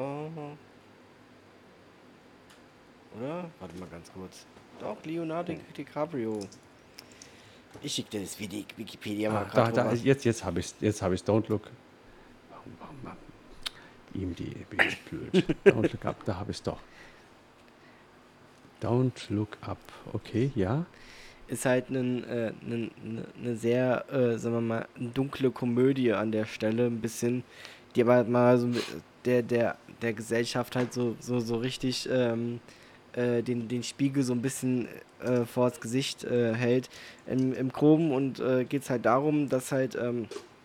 Oder? Warte mal ganz kurz. Doch, Leonardo DiCaprio. Ich schicke dir das Wikipedia mal gerade rüber. Jetzt habe ich's. Don't Look. Warum? IMDb ist blöd. Don't Look Up, da habe ich es doch. Don't Look Up. Okay, ja. Ist halt eine sehr, sagen wir mal, dunkle Komödie an der Stelle, ein bisschen, die aber mal so der Gesellschaft halt so richtig den Spiegel so ein bisschen vors Gesicht hält. Im Groben und geht es halt darum, dass halt eine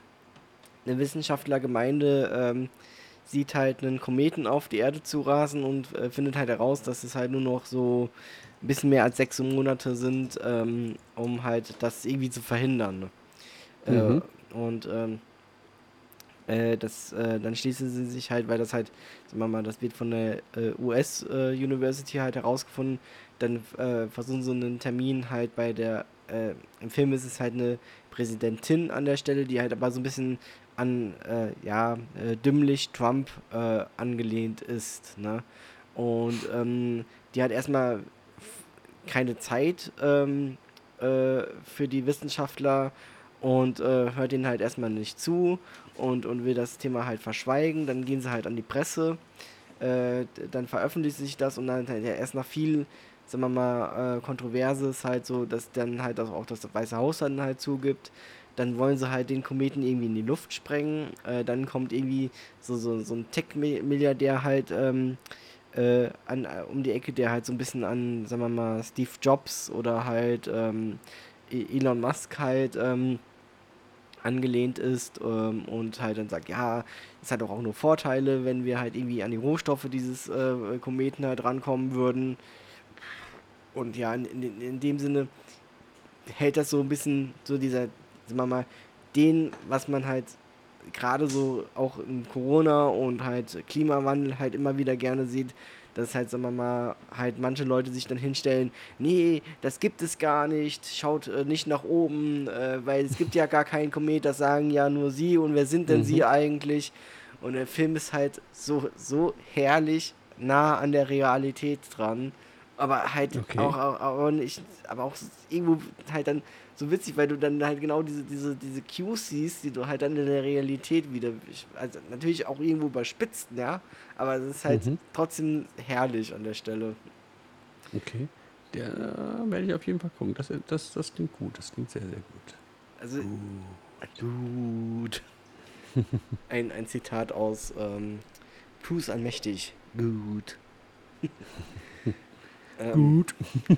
Wissenschaftlergemeinde sieht halt einen Kometen auf die Erde zu rasen und findet halt heraus, dass es halt nur noch so ein bisschen mehr als 6 Monate sind, um halt das irgendwie zu verhindern. Ne? Dann schließen sie sich halt, weil das halt, sagen wir mal, das wird von der US-University halt herausgefunden, dann versuchen sie einen Termin halt bei der, im Film ist es halt eine Präsidentin an der Stelle, die halt aber so ein bisschen an, dümmlich Trump angelehnt ist, ne? Und die hat erstmal keine Zeit für die Wissenschaftler und hört ihnen halt erstmal nicht zu und will das Thema halt verschweigen. Dann gehen sie halt an die Presse, dann veröffentlicht sich das und dann halt erst nach viel, sagen wir mal, Kontroverses halt so, dass dann halt auch das Weiße Haus dann halt zugibt. Dann wollen sie halt den Kometen irgendwie in die Luft sprengen. Dann kommt irgendwie so ein Tech-Milliardär halt um die Ecke, der halt so ein bisschen an, sagen wir mal, Steve Jobs oder halt Elon Musk halt angelehnt ist und halt dann sagt, ja, es hat doch auch nur Vorteile, wenn wir halt irgendwie an die Rohstoffe dieses Kometen halt rankommen würden. Und ja, in dem Sinne hält das so ein bisschen so dieser, sagen wir mal, was man halt gerade so auch in Corona und halt Klimawandel halt immer wieder gerne sieht, dass halt, sagen wir mal, halt manche Leute sich dann hinstellen, nee, das gibt es gar nicht, schaut nicht nach oben, weil es gibt ja gar keinen Komet, das sagen ja nur sie und wer sind denn sie eigentlich? Und der Film ist halt so herrlich nah an der Realität dran. Aber halt Okay. auch nicht, aber auch irgendwo halt dann so witzig, weil du dann halt genau diese Cues siehst, die du halt dann in der Realität wieder, also natürlich auch irgendwo überspitzt, ja, aber es ist halt Mhm. trotzdem herrlich an der Stelle. Okay. Der werde ich auf jeden Fall gucken. Das klingt gut. Das klingt sehr, sehr gut. Also, gut. Ein Zitat aus Bruce Allmächtig. Gut. Gut.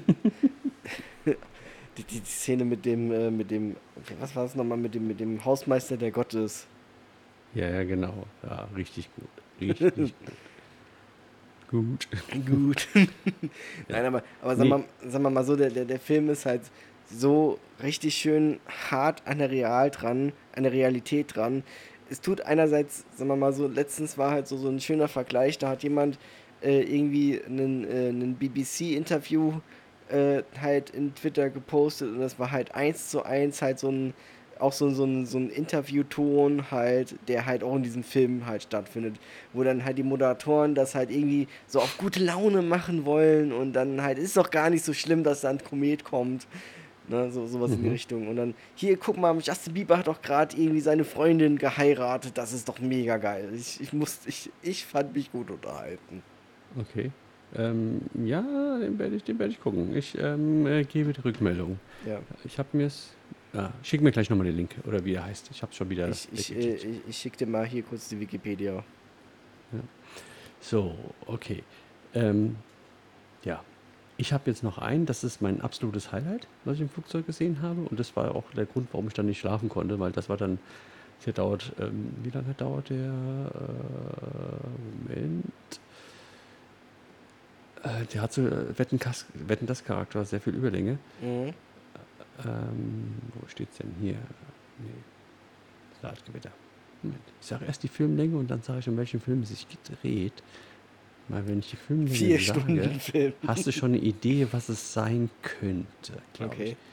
Die Szene mit dem, was war es nochmal, mit dem Hausmeister, der Gott ist. Ja, genau. Ja, richtig gut. Richtig gut. Gut. Ja. Nein, aber Nee. sagen wir mal so, der Film ist halt so richtig schön hart an der Realität dran. Es tut einerseits, sagen wir mal so, letztens war halt so ein schöner Vergleich, da hat jemand irgendwie einen BBC-Interview halt in Twitter gepostet und das war halt 1:1 halt so ein Interviewton halt, der halt auch in diesem Film halt stattfindet, wo dann halt die Moderatoren das halt irgendwie so auf gute Laune machen wollen und dann halt ist doch gar nicht so schlimm, dass da ein Komet kommt. Ne, sowas in die Richtung. Und dann, hier, guck mal, Justin Bieber hat doch gerade irgendwie seine Freundin geheiratet. Das ist doch mega geil. Ich fand mich gut unterhalten. Okay. Ja, den werd ich gucken. Ich gebe die Rückmeldung. Ja. Ich habe mir es. Schick mir gleich nochmal den Link oder wie er heißt. Ich habe schon wieder Ich weggeklickt. schicke dir mal hier kurz die Wikipedia. So, okay. Ja, ich habe jetzt noch einen, das ist mein absolutes Highlight, was ich im Flugzeug gesehen habe. Und das war auch der Grund, warum ich dann nicht schlafen konnte, weil das war dann, der dauert, wie lange dauert der? Moment. Der hat so Wetten das Charakter, sehr viel Überlänge. Mhm. Wo steht's denn hier? Nee, Saatgewitter. Moment. Ich sage erst die Filmlänge und dann sage ich, um welchen Film es sich dreht. Weil wenn ich die Filmlänge 4 sage, Stunden Film. hast du schon eine Idee, was es sein könnte, glaube Okay. ich.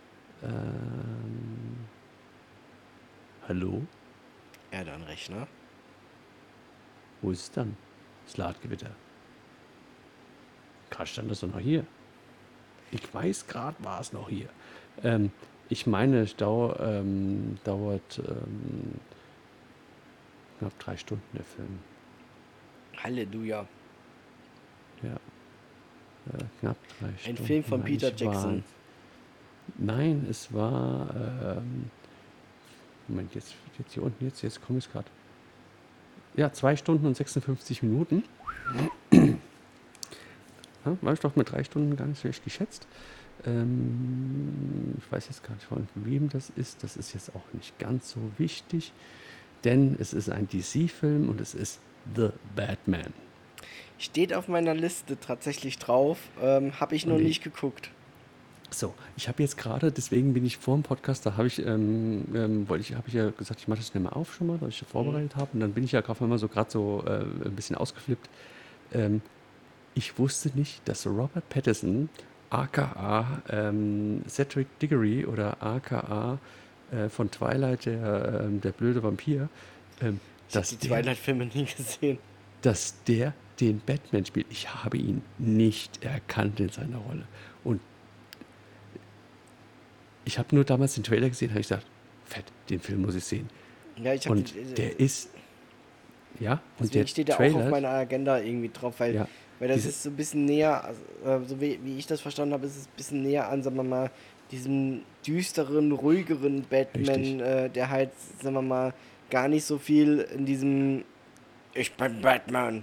Hallo? Er hat einen Rechner. Wo ist es dann? Das Saatgewitter. Gerade stand das doch noch hier. Ich weiß, gerade war es noch hier. Ich meine, es dauert knapp 3 Stunden der Film. Halleluja. Ja, knapp 3 Ein Stunden. Film von meine Peter ich, Jackson. waren. Nein, es war. Moment, jetzt hier unten, jetzt komme ich gerade. Ja, 2 Stunden und 56 Minuten. Ja, war ich doch mit 3 Stunden gar nicht schlecht geschätzt. Ich weiß jetzt gar nicht, von wem das ist. Das ist jetzt auch nicht ganz so wichtig, denn es ist ein DC-Film und es ist The Batman. Steht auf meiner Liste tatsächlich drauf. Habe ich noch Und nicht geguckt. So, ich habe jetzt gerade, deswegen bin ich vor dem Podcast, da habe ich, habe ich ja gesagt, ich mache das schnell mal auf schon mal, dass ich das vorbereitet habe. Und dann bin ich ja gerade mal so ein bisschen ausgeflippt. Ich wusste nicht, dass Robert Pattinson, aka Cedric Diggory oder aka von Twilight, der blöde Vampir, Ich habe die Twilight-Filme nie gesehen. dass der den Batman spielt. Ich habe ihn nicht erkannt in seiner Rolle. Und ich habe nur damals den Trailer gesehen, habe ich gesagt, fett, den Film muss ich sehen. Ja, ich habe Und der ist, ja, und deswegen der steht er auch Trailer, auf meiner Agenda irgendwie drauf, weil, ja, weil das diese- ist so ein bisschen näher, so wie ich das verstanden habe, ist es ein bisschen näher an, sagen wir mal, diesem düsteren, ruhigeren Batman, Richtig. der halt, sagen wir mal, gar nicht so viel in diesem Ich bin Batman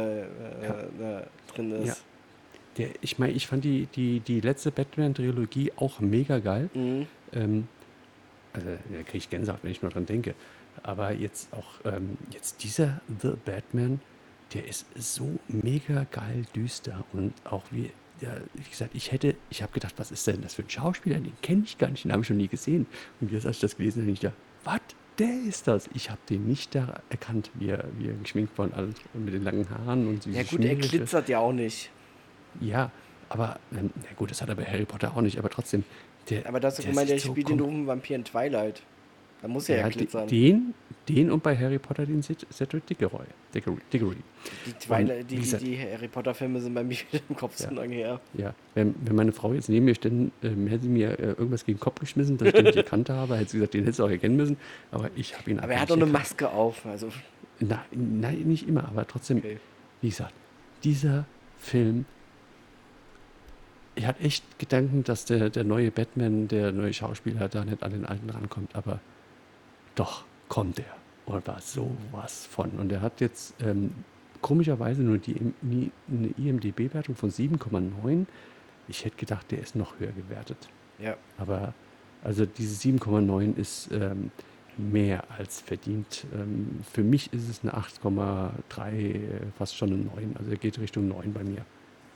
drin ist. ja, ich meine, ich fand die letzte Batman-Trilogie auch mega geil. Mhm. Also, da kriege ich Gänsehaut, wenn ich nur dran denke. Aber jetzt auch, jetzt dieser The Batman, der ist so mega geil düster und auch ja, wie gesagt, ich habe gedacht, was ist denn das für ein Schauspieler? Den kenne ich gar nicht, den habe ich noch nie gesehen. Und jetzt, als ich das gelesen habe, ich dachte, was? Der ist das. Ich habe den nicht da erkannt, wie er geschminkt war und alles mit den langen Haaren und Ja diese gut, er Schmierige. glitzert ja auch nicht. Ja, aber, na gut, das hat er bei Harry Potter auch nicht, aber trotzdem, Aber du hast doch der gemeint, sieht der so spielt den doofen Vampir in Twilight. Da muss er ja ja, glitzern. Den und bei Harry Potter den Cedric Diggory. Und wie gesagt, Die Harry Potter-Filme sind bei mir wieder im Kopf so ja, lange her. ja. Wenn meine Frau jetzt neben mir stände, hätte sie mir irgendwas gegen den Kopf geschmissen, dass ich den nicht erkannt habe, hätte sie gesagt, den hättest du auch erkennen müssen. Aber ich habe ihn Aber er einfach hat doch nicht eine erkannt. Maske auf. Also, Nein, nicht immer, aber trotzdem, okay. wie gesagt, dieser Film, ich hatte echt Gedanken, dass der neue Batman, der neue Schauspieler da nicht an den alten rankommt, aber doch kommt er und war sowas von. Und er hat jetzt komischerweise nur eine IMDb-Wertung von 7,9. Ich hätte gedacht, der ist noch höher gewertet. Ja. Aber also diese 7,9 ist mehr als verdient. Für mich ist es eine 8,3, fast schon eine 9. Also er geht Richtung 9 bei mir.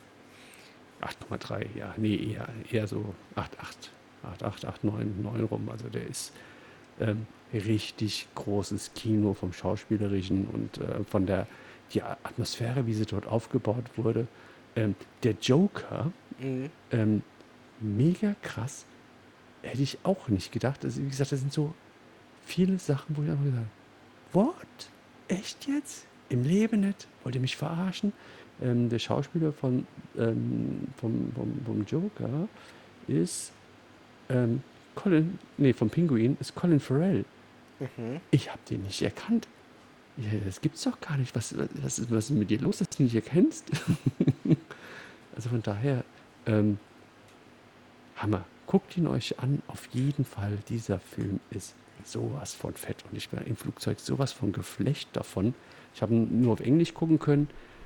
8,3, ja, nee, eher so 8,8, 9 rum. Also der ist richtig großes Kino vom Schauspielerischen und von die Atmosphäre, wie sie dort aufgebaut wurde. Der Joker, Mhm. mega krass, hätte ich auch nicht gedacht. Also wie gesagt, das sind so viele Sachen, wo ich einfach gesagt habe, what? Echt jetzt? Im Leben nicht? Wollt ihr mich verarschen? Der Schauspieler vom Joker ist vom Pinguin ist Colin Farrell. Mhm. Ich habe den nicht erkannt. Ja, das gibt's doch gar nicht. Was ist mit dir los, dass du ihn nicht erkennst? Also von daher, Hammer. Guckt ihn euch an. Auf jeden Fall, dieser Film ist sowas von fett. Und ich war im Flugzeug sowas von geflecht davon. Ich habe ihn nur auf Englisch gucken können.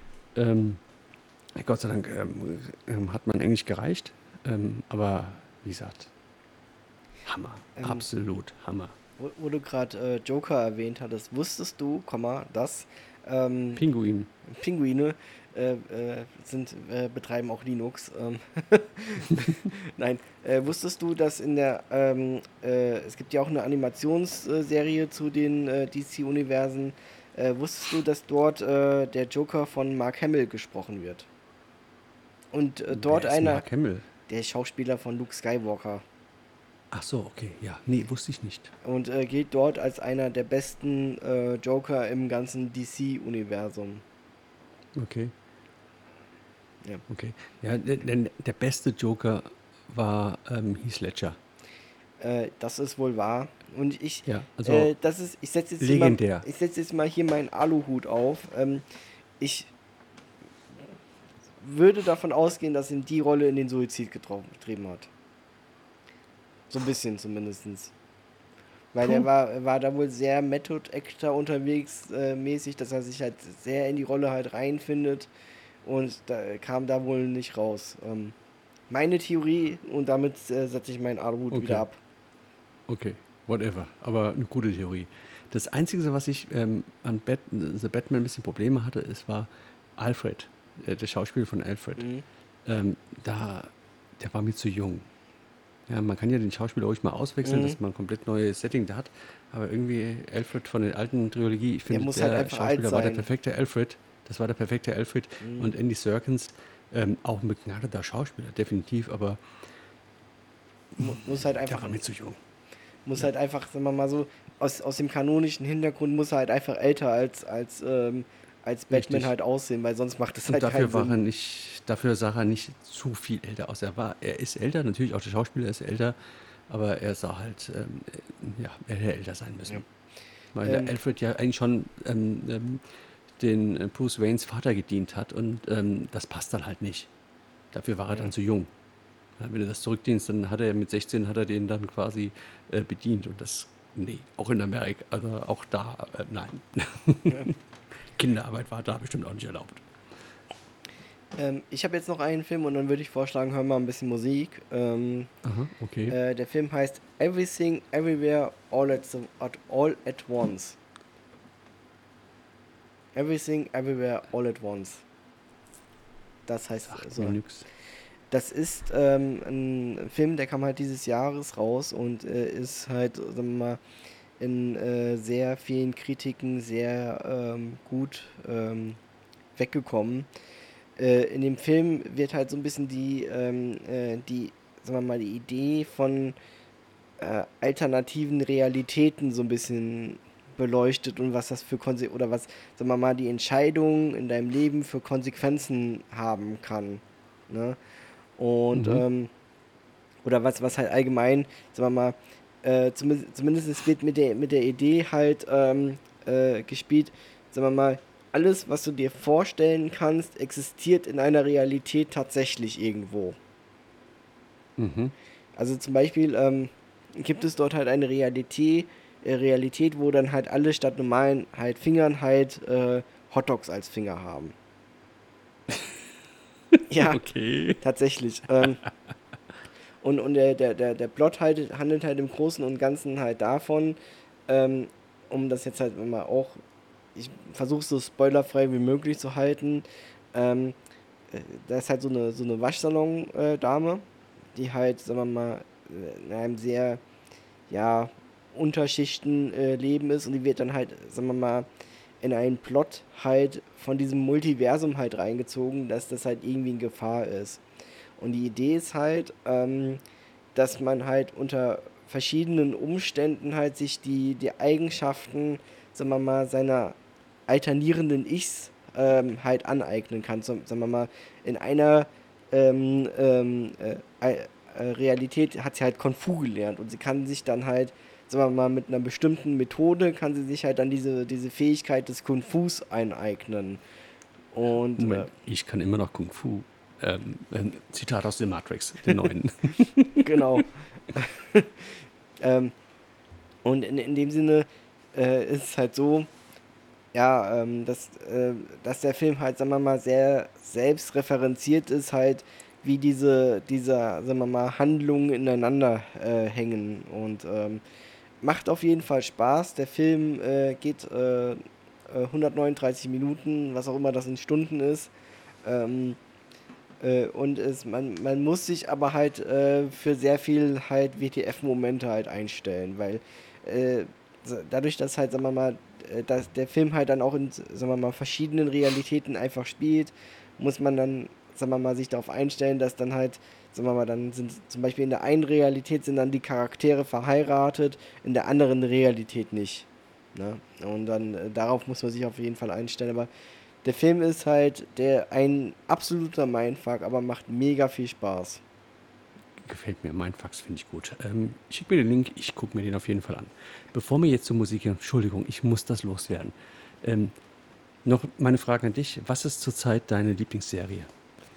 Gott sei Dank hat mein Englisch gereicht. Aber wie gesagt, Hammer. Absolut Hammer. Wo du gerade Joker erwähnt hattest, wusstest du, dass Pinguin. Pinguine betreiben auch Linux. Nein, wusstest du, dass es gibt ja auch eine Animationsserie zu den DC-Universen, wusstest du, dass dort der Joker von Mark Hamill gesprochen wird? Und dort Wer ist einer, Mark Hamill? der Schauspieler von Luke Skywalker. Ach so, okay, ja. Nee, wusste ich nicht. Und gilt dort als einer der besten Joker im ganzen DC-Universum. Okay. Ja. Okay. Ja, der beste Joker war Heath Ledger. Das ist wohl wahr. Und ich also setze legendär. setz jetzt mal hier meinen Aluhut auf. Ich würde davon ausgehen, dass ihm die Rolle in den Suizid getrieben hat. So ein bisschen zumindest. Weil er war da wohl sehr Method Actor unterwegs mäßig, dass er sich halt sehr in die Rolle halt reinfindet und da kam da wohl nicht raus. Meine Theorie und damit setze ich meinen Aluhut wieder ab. Okay, whatever. Aber eine gute Theorie. Das Einzige, was ich an The Batman ein bisschen Probleme hatte, war Alfred, der Schauspieler von Alfred. Mhm. Der war mir zu jung. Ja, man kann ja den Schauspieler ruhig mal auswechseln, dass man ein komplett neues Setting da hat. Aber irgendwie Alfred von der alten Trilogie, ich finde, der halt Schauspieler war der perfekte Alfred. Das war der perfekte Alfred. Und Andy Serkis, auch ein begnadeter Schauspieler, definitiv, aber muss halt einfach, der war mir zu jung. Muss halt einfach, sagen wir mal so, aus dem kanonischen Hintergrund muss er halt einfach älter als Batman Richtig. halt aussehen, weil sonst macht es Und halt dafür keinen Sinn. dafür sah er nicht zu viel älter aus. Er ist älter, natürlich auch der Schauspieler ist älter, aber er sah halt, er hätte älter sein müssen. Ja. Weil der Alfred ja eigentlich schon den Bruce Waynes Vater gedient hat und das passt dann halt nicht. Dafür war er dann zu jung. Ja, wenn du das zurückdienst, dann hat er mit 16 den dann quasi bedient und das, nee, auch in Amerika, also auch da, nein. Kinderarbeit war da bestimmt auch nicht erlaubt. Ich habe jetzt noch einen Film und dann würde ich vorschlagen, hören wir mal ein bisschen Musik. Aha, okay. Der Film heißt Everything, Everywhere, All at Once. Everything, Everywhere, All at Once. Das heißt so. Nix. Das ist ein Film, der kam halt dieses Jahres raus und ist halt, sagen wir mal, in sehr vielen Kritiken sehr gut weggekommen. In dem Film wird halt so ein bisschen sagen wir mal, die Idee von alternativen Realitäten so ein bisschen beleuchtet und was das für oder was, sagen wir mal, die Entscheidung in deinem Leben für Konsequenzen haben kann. Ne? Und Mhm. oder was halt allgemein, sagen wir mal, zumindest es wird mit der Idee halt gespielt, sagen wir mal, alles, was du dir vorstellen kannst, existiert in einer Realität tatsächlich irgendwo. Mhm. Also zum Beispiel gibt es dort halt eine Realität, wo dann halt alle statt normalen halt Fingern halt Hotdogs als Finger haben. Ja, Okay. tatsächlich. Und der Plot halt, handelt halt im Großen und Ganzen halt davon, ähm, um das jetzt halt mal auch, ich versuche es so spoilerfrei wie möglich zu halten, ähm, da ist halt so eine Waschsalon-Dame, die halt, sagen wir mal, in einem sehr, ja, Unterschichten-Leben ist und die wird dann halt, sagen wir mal, in einen Plot halt von diesem Multiversum halt reingezogen, dass das halt irgendwie in Gefahr ist. Und die Idee ist halt, dass man halt unter verschiedenen Umständen halt sich die Eigenschaften, sagen wir mal, seiner alternierenden Ichs halt aneignen kann. So, sagen wir mal, in einer ähm, ähm, Realität hat sie halt Kung Fu gelernt und sie kann sich dann halt, sagen wir mal, mit einer bestimmten Methode kann sie sich halt dann diese Fähigkeit des Kung Fus eineignen. Und Moment, ich kann immer noch Kung Fu. Zitat aus der Matrix, den neuen. genau. Ähm, und in dem Sinne ist es halt so, ja, dass der Film halt, sagen wir mal, sehr selbstreferenziert ist, halt, wie dieser, sagen wir mal, Handlungen ineinander hängen. Und macht auf jeden Fall Spaß. Der Film geht 139 Minuten, was auch immer das in Stunden ist. Ähm, und man muss sich aber halt für sehr viel halt WTF-Momente halt einstellen, weil dadurch, dass halt, sagen wir mal, dass der Film halt dann auch in, sagen wir mal, verschiedenen Realitäten einfach spielt, muss man dann, sagen wir mal, sich darauf einstellen, dass dann halt, sagen wir mal, dann sind zum Beispiel in der einen Realität sind dann die Charaktere verheiratet, in der anderen Realität nicht. Ne? Und dann darauf muss man sich auf jeden Fall einstellen, aber der Film ist halt ein absoluter Mindfuck, aber macht mega viel Spaß. Gefällt mir, Mindfucks finde ich gut. Schick mir den Link, ich gucke mir den auf jeden Fall an. Bevor wir jetzt zur Musik gehen, Entschuldigung, ich muss das loswerden. Ähm, Noch meine Frage an dich, was ist zurzeit deine Lieblingsserie?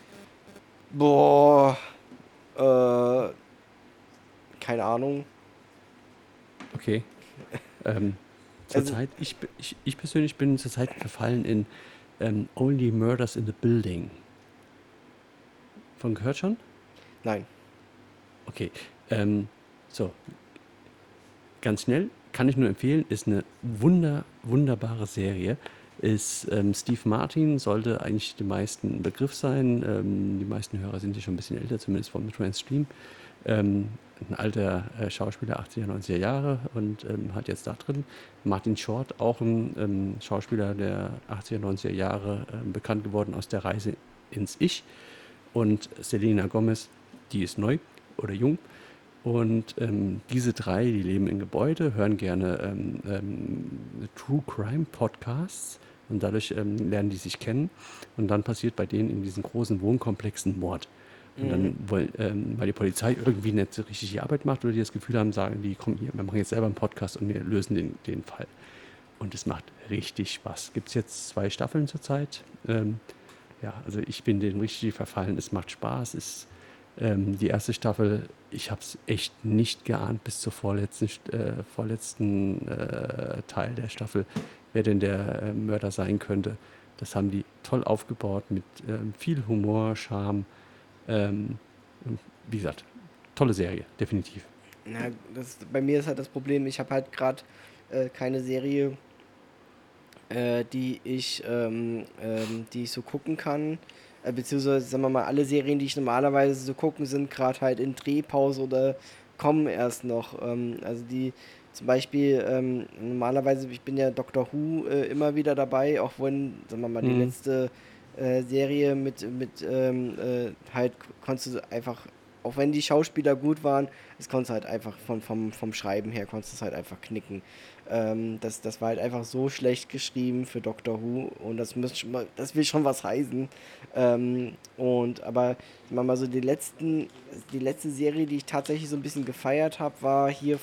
Boah, äh, keine Ahnung. Okay. Ähm, Also, Zurzeit, ich persönlich bin zurzeit verfallen in Only Murders in the Building. Von gehört schon? nein. Okay. Ähm, so, ganz schnell, kann ich nur empfehlen, ist eine wunderbare Serie. Ist Steve Martin, sollte eigentlich den meisten ein Begriff sein. Die meisten Hörer sind ja schon ein bisschen älter, zumindest vom Trans-Stream. Ein alter Schauspieler, 80er, 90er Jahre und hat jetzt da drin Martin Short, auch ein Schauspieler der 80er, 90er Jahre, bekannt geworden aus der Reise ins Ich. Und Selena Gomez, die ist neu oder jung. Und diese drei, die leben in Gebäude, hören gerne True Crime Podcasts und dadurch lernen die sich kennen. Und dann passiert bei denen in diesen großen Wohnkomplexen Mord. Und Mhm. dann, weil die Polizei irgendwie nicht so richtig die Arbeit macht oder die das Gefühl haben, sagen die, komm hier, wir machen jetzt selber einen Podcast und wir lösen den Fall. Und es macht richtig Spaß. Gibt es jetzt 2 Staffeln zurzeit. Ja, also ich bin dem richtig verfallen. Es macht Spaß. Die erste Staffel, ich habe es echt nicht geahnt bis zur vorletzten Teil der Staffel, wer denn der Mörder sein könnte. Das haben die toll aufgebaut mit viel Humor, Charme. Ähm, und wie gesagt, tolle Serie, definitiv. Na, bei mir ist halt das Problem, ich habe halt gerade keine Serie, die ich so gucken kann. Beziehungsweise, sagen wir mal, alle Serien, die ich normalerweise so gucken, sind gerade halt in Drehpause oder kommen erst noch. Also die zum Beispiel, normalerweise, ich bin ja Doctor Who immer wieder dabei, auch wenn, sagen wir mal, die Mhm. letzte Serie halt konntest du einfach, auch wenn die Schauspieler gut waren, es konntest halt einfach vom Schreiben her, konntest du es halt einfach knicken. Das war halt einfach so schlecht geschrieben für Doctor Who und das will schon was heißen. Aber sagen wir mal so, die letzte Serie, die ich tatsächlich so ein bisschen gefeiert habe, war hier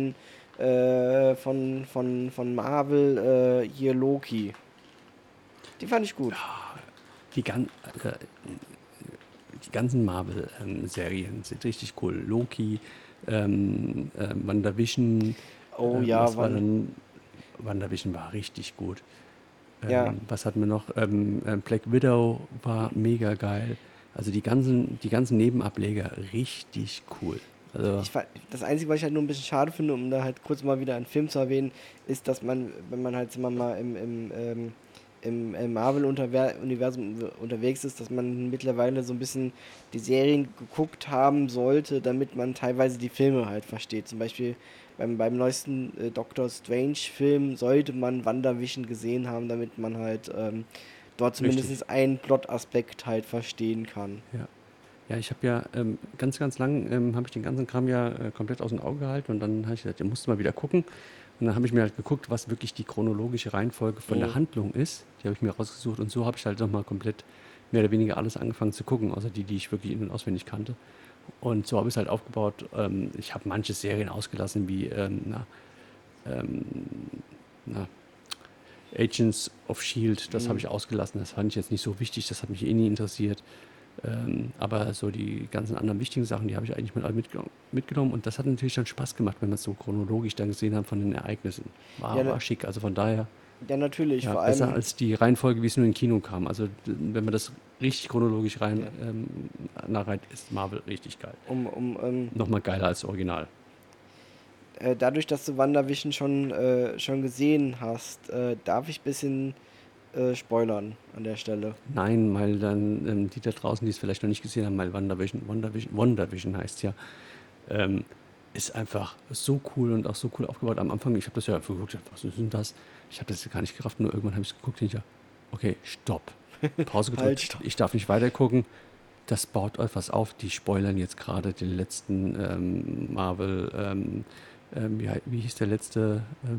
von Marvel, hier Loki. Die fand ich gut. Die, gan äh, die ganzen Marvel-Serien sind richtig cool. Loki, WandaVision, Oh ja, was war dann? WandaVision war richtig gut. ja. Was hatten wir noch? Black Widow war mega geil. Also die ganzen Nebenableger richtig cool. Also Das Einzige, was ich halt nur ein bisschen schade finde, um da halt kurz mal wieder einen Film zu erwähnen, ist, dass man, wenn man halt sagen wir mal im Marvel-Universum unterwegs ist, dass man mittlerweile so ein bisschen die Serien geguckt haben sollte, damit man teilweise die Filme halt versteht. Zum Beispiel beim neuesten Doctor Strange-Film sollte man WandaVision gesehen haben, damit man halt dort richtig. zumindest einen Plot-Aspekt halt verstehen kann. Ja. Ja, ich habe ja ganz, ganz lang habe ich den ganzen Kram ja komplett aus dem Auge gehalten und dann habe ich gesagt, ihr musst mal wieder gucken. Und dann habe ich mir halt geguckt, was wirklich die chronologische Reihenfolge von der Mhm. Handlung ist. Die habe ich mir rausgesucht und so habe ich halt nochmal komplett mehr oder weniger alles angefangen zu gucken, außer die ich wirklich in- und auswendig kannte. Und so habe ich es halt aufgebaut. Ich habe manche Serien ausgelassen, wie ähm, na, Agents of Shield, das habe Mhm. ich ausgelassen. Das fand ich jetzt nicht so wichtig, das hat mich eh nie interessiert. Aber so die ganzen anderen wichtigen Sachen, die habe ich eigentlich mal alle mitgenommen. Und das hat natürlich dann Spaß gemacht, wenn man es so chronologisch dann gesehen hat von den Ereignissen. Ja, War schick. Also von daher, ja, natürlich, ja, vor besser allem, als die Reihenfolge, wie es nur im Kino kam. Also wenn man das richtig chronologisch rein ja, nachreiht, ist Marvel richtig geil. um, um, ähm, Nochmal geiler als Original. dadurch, dass du WandaVision schon gesehen hast, darf ich ein bisschen spoilern an der Stelle. Nein, weil dann die da draußen, die es vielleicht noch nicht gesehen haben, weil WandaVision heißt ja, ähm, ist einfach so cool und auch so cool aufgebaut. Am Anfang, ich habe das ja einfach geguckt, was ist denn das? Ich habe das gar nicht gerafft, nur irgendwann habe ich es geguckt und ich ja, okay, stopp. Pause Halt, gedrückt, stopp. ich darf nicht weiter gucken. Das baut etwas auf, die spoilern jetzt gerade den letzten Marvel, wie hieß der letzte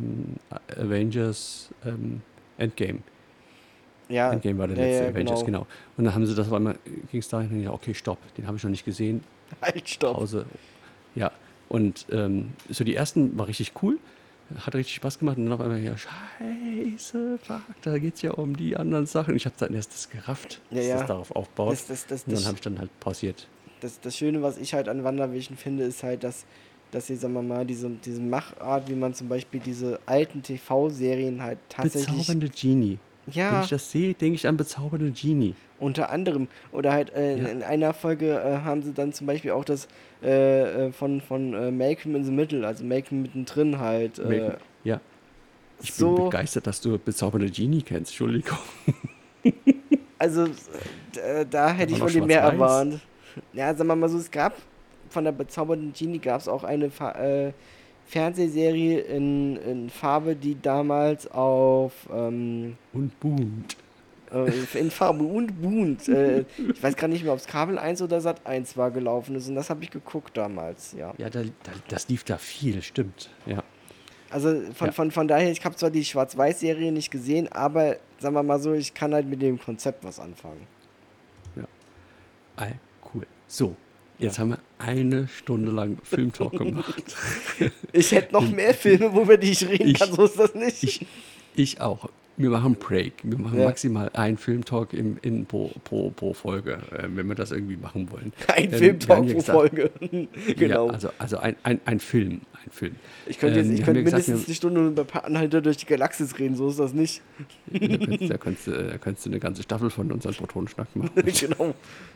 Avengers Endgame. Ja, Endgame war der ja, letzte ja, Avengers, genau. genau. Und dann haben sie das auf einmal, ging es dahin, ja, okay, stopp, den habe ich noch nicht gesehen, Halt, stopp. Pause, ja. Und so die ersten war richtig cool, hat richtig Spaß gemacht und dann auf einmal, ja, scheiße, fuck, da geht es ja um die anderen Sachen. Ich habe dann erst das gerafft, Ja, dass das ja. darauf aufbaut Das, das, das, und dann das, habe ich dann halt pausiert. das Schöne, was ich halt an WandaVision finde, ist halt, dass sie, sagen wir mal, diese Machart, wie man zum Beispiel diese alten TV-Serien halt tatsächlich, Bezaubernde Genie. Wenn ich ja, das sehe, denke ich an bezaubernde Genie. unter anderem. Oder halt Ja, in einer Folge haben sie dann zum Beispiel auch das von Malcolm in the Middle, also Malcolm mittendrin halt, Malcolm. Ja, ich bin so, begeistert, dass du bezaubernde Genie kennst. Entschuldigung. also da Der hätte war ich noch von dem mehr schwarz-weiß. erwartet. Ja, sagen wir mal so, es gab von der bezaubernden Genie gab es auch eine Fernsehserie in Farbe, die damals auf Und bunt. in Farbe und bunt. Ich weiß gar nicht mehr, ob es Kabel 1 oder Sat 1 war gelaufen ist und das habe ich geguckt damals, ja. Ja, das lief da viel, stimmt. Ja, Also ja, von daher, ich habe zwar die Schwarz-Weiß-Serie nicht gesehen, aber sagen wir mal so, ich kann halt mit dem Konzept was anfangen. ja. Cool. So, Ja. jetzt haben wir eine Stunde lang Filmtalk gemacht. Ich hätte noch mehr Filme, über die ich reden kann, Ich, so ist das nicht. ich, ich auch. Wir machen Break. Wir machen Ja. maximal einen Filmtalk pro Folge, wenn wir das irgendwie machen wollen. Ein Wir haben Filmtalk ja pro gesagt, Folge. ja, Genau. also ein Film. Ein Film. Ich Wir haben könnte ja gesagt, mindestens eine Stunde über Per Anhalter durch die Galaxis reden, so ist das nicht. da könntest du eine ganze Staffel von unseren Protonenschnack machen. Genau.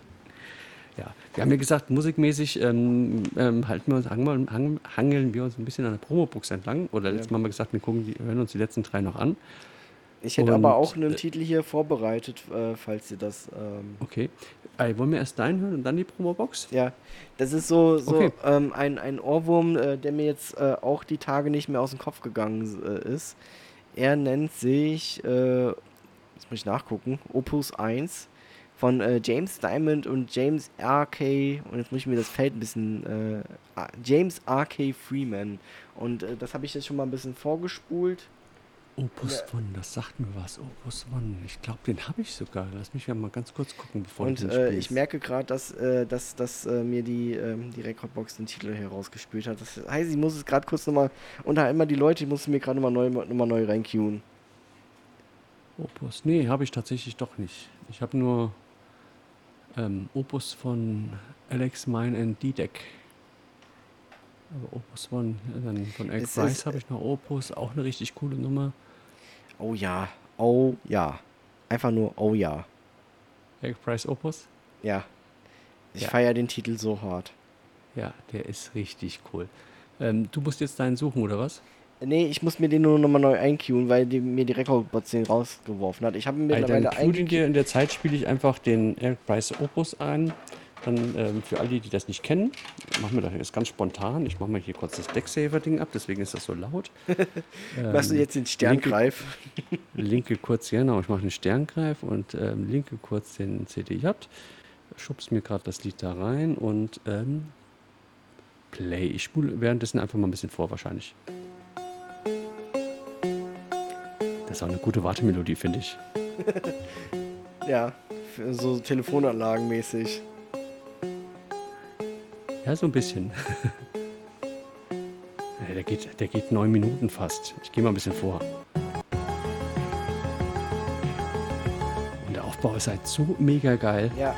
Ja, wir haben ja gesagt, musikmäßig halten wir uns, hangeln wir uns ein bisschen an der Promo-Box entlang. Oder Ja. letztes Mal haben wir gesagt, hören uns die letzten 3 noch an. Ich hätte aber auch Und, einen Titel hier vorbereitet, falls ihr das. okay. Wollen wir erst deinen hören und dann die Promo-Box? Ja, das ist so Okay. ein Ohrwurm, der mir jetzt auch die Tage nicht mehr aus dem Kopf gegangen ist. Er nennt sich, jetzt muss ich nachgucken, Opus 1 von James Diamond und James R.K. Und jetzt muss ich mir das Feld ein bisschen... James R.K. Freeman. Und das habe ich jetzt schon mal ein bisschen vorgespult. Opus One, das sagt mir was. Opus One. Ich glaube, den habe ich sogar. Lass mich mal ganz kurz gucken, bevor Und du den spielst. ich merke gerade, dass mir die Rekordbox den Titel herausgespült hat. Das heißt, ich muss es gerade kurz nochmal unterhalten mal die Leute, ich muss mir gerade nochmal neu reinqueuen. Opus, nee, habe ich tatsächlich doch nicht. Ich habe nur Opus von Alex Mine and Didek. Aber Opus One, dann von Eric Price habe ich noch Opus, auch eine richtig coole Nummer. Oh ja, oh ja. Einfach nur oh ja. Eric Price Opus? Ja. Ich Ja. feiere den Titel so hart. Ja, der ist richtig cool. Du musst jetzt deinen suchen, oder was? Nee, ich muss mir den nur nochmal neu einqueuen, weil mir die Rekordbox den rausgeworfen hat. Ich habe ihn mittlerweile Dann queue den dir, in der Zeit spiele ich einfach den Eric Price Opus ein. Dann für alle, die das nicht kennen, machen wir das jetzt ganz spontan. Ich mache mal hier kurz das Decksaver-Ding ab, deswegen ist das so laut. Machst du jetzt den Sterngreif? Linke kurz, genau, ich mache den Sterngreif und linke kurz den CDJ. Schubst mir gerade das Lied da rein und Play. Ich spule währenddessen einfach mal ein bisschen vor, wahrscheinlich. Das ist auch eine gute Wartemelodie, finde ich. Ja, so Telefonanlagenmäßig. Ja, so ein bisschen. Ja, der geht 9 Minuten fast. Ich gehe mal ein bisschen vor. Und der Aufbau ist halt so mega geil. Ja.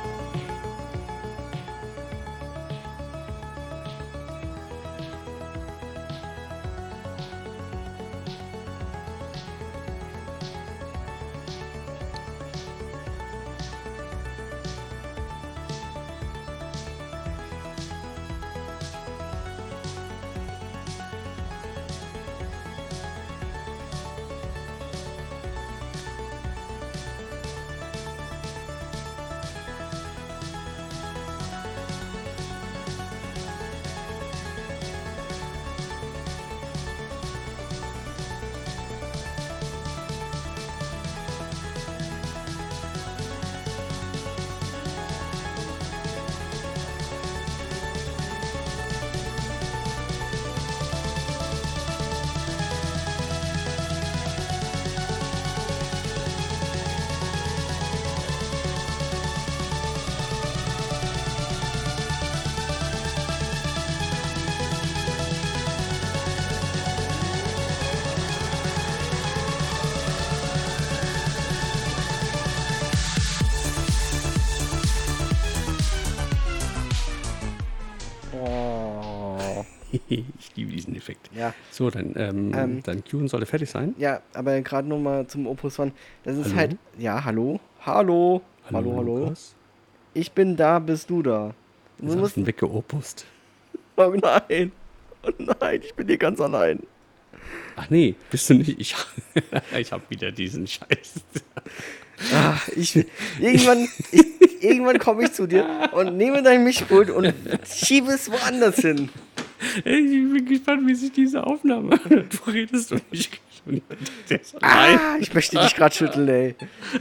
Ich liebe diesen Effekt. Ja. So, dann Queuen sollte fertig sein. Ja, aber gerade nochmal zum Opus One. Das ist Hallo? halt. Ja, hallo? Hallo? Hallo? Lukas? Ich bin da, bist du da? Was Du hast musst. du denn weggeopust? Oh nein. Oh nein, ich bin hier ganz allein. Ach nee, bist du nicht? Ich habe wieder diesen Scheiß. Ach, irgendwann komme ich zu dir und nehme dein Mischpult und schiebe es woanders hin. Ich bin gespannt, wie sich diese Aufnahme anhört. Du redest und ich Ich möchte dich gerade schütteln, ey.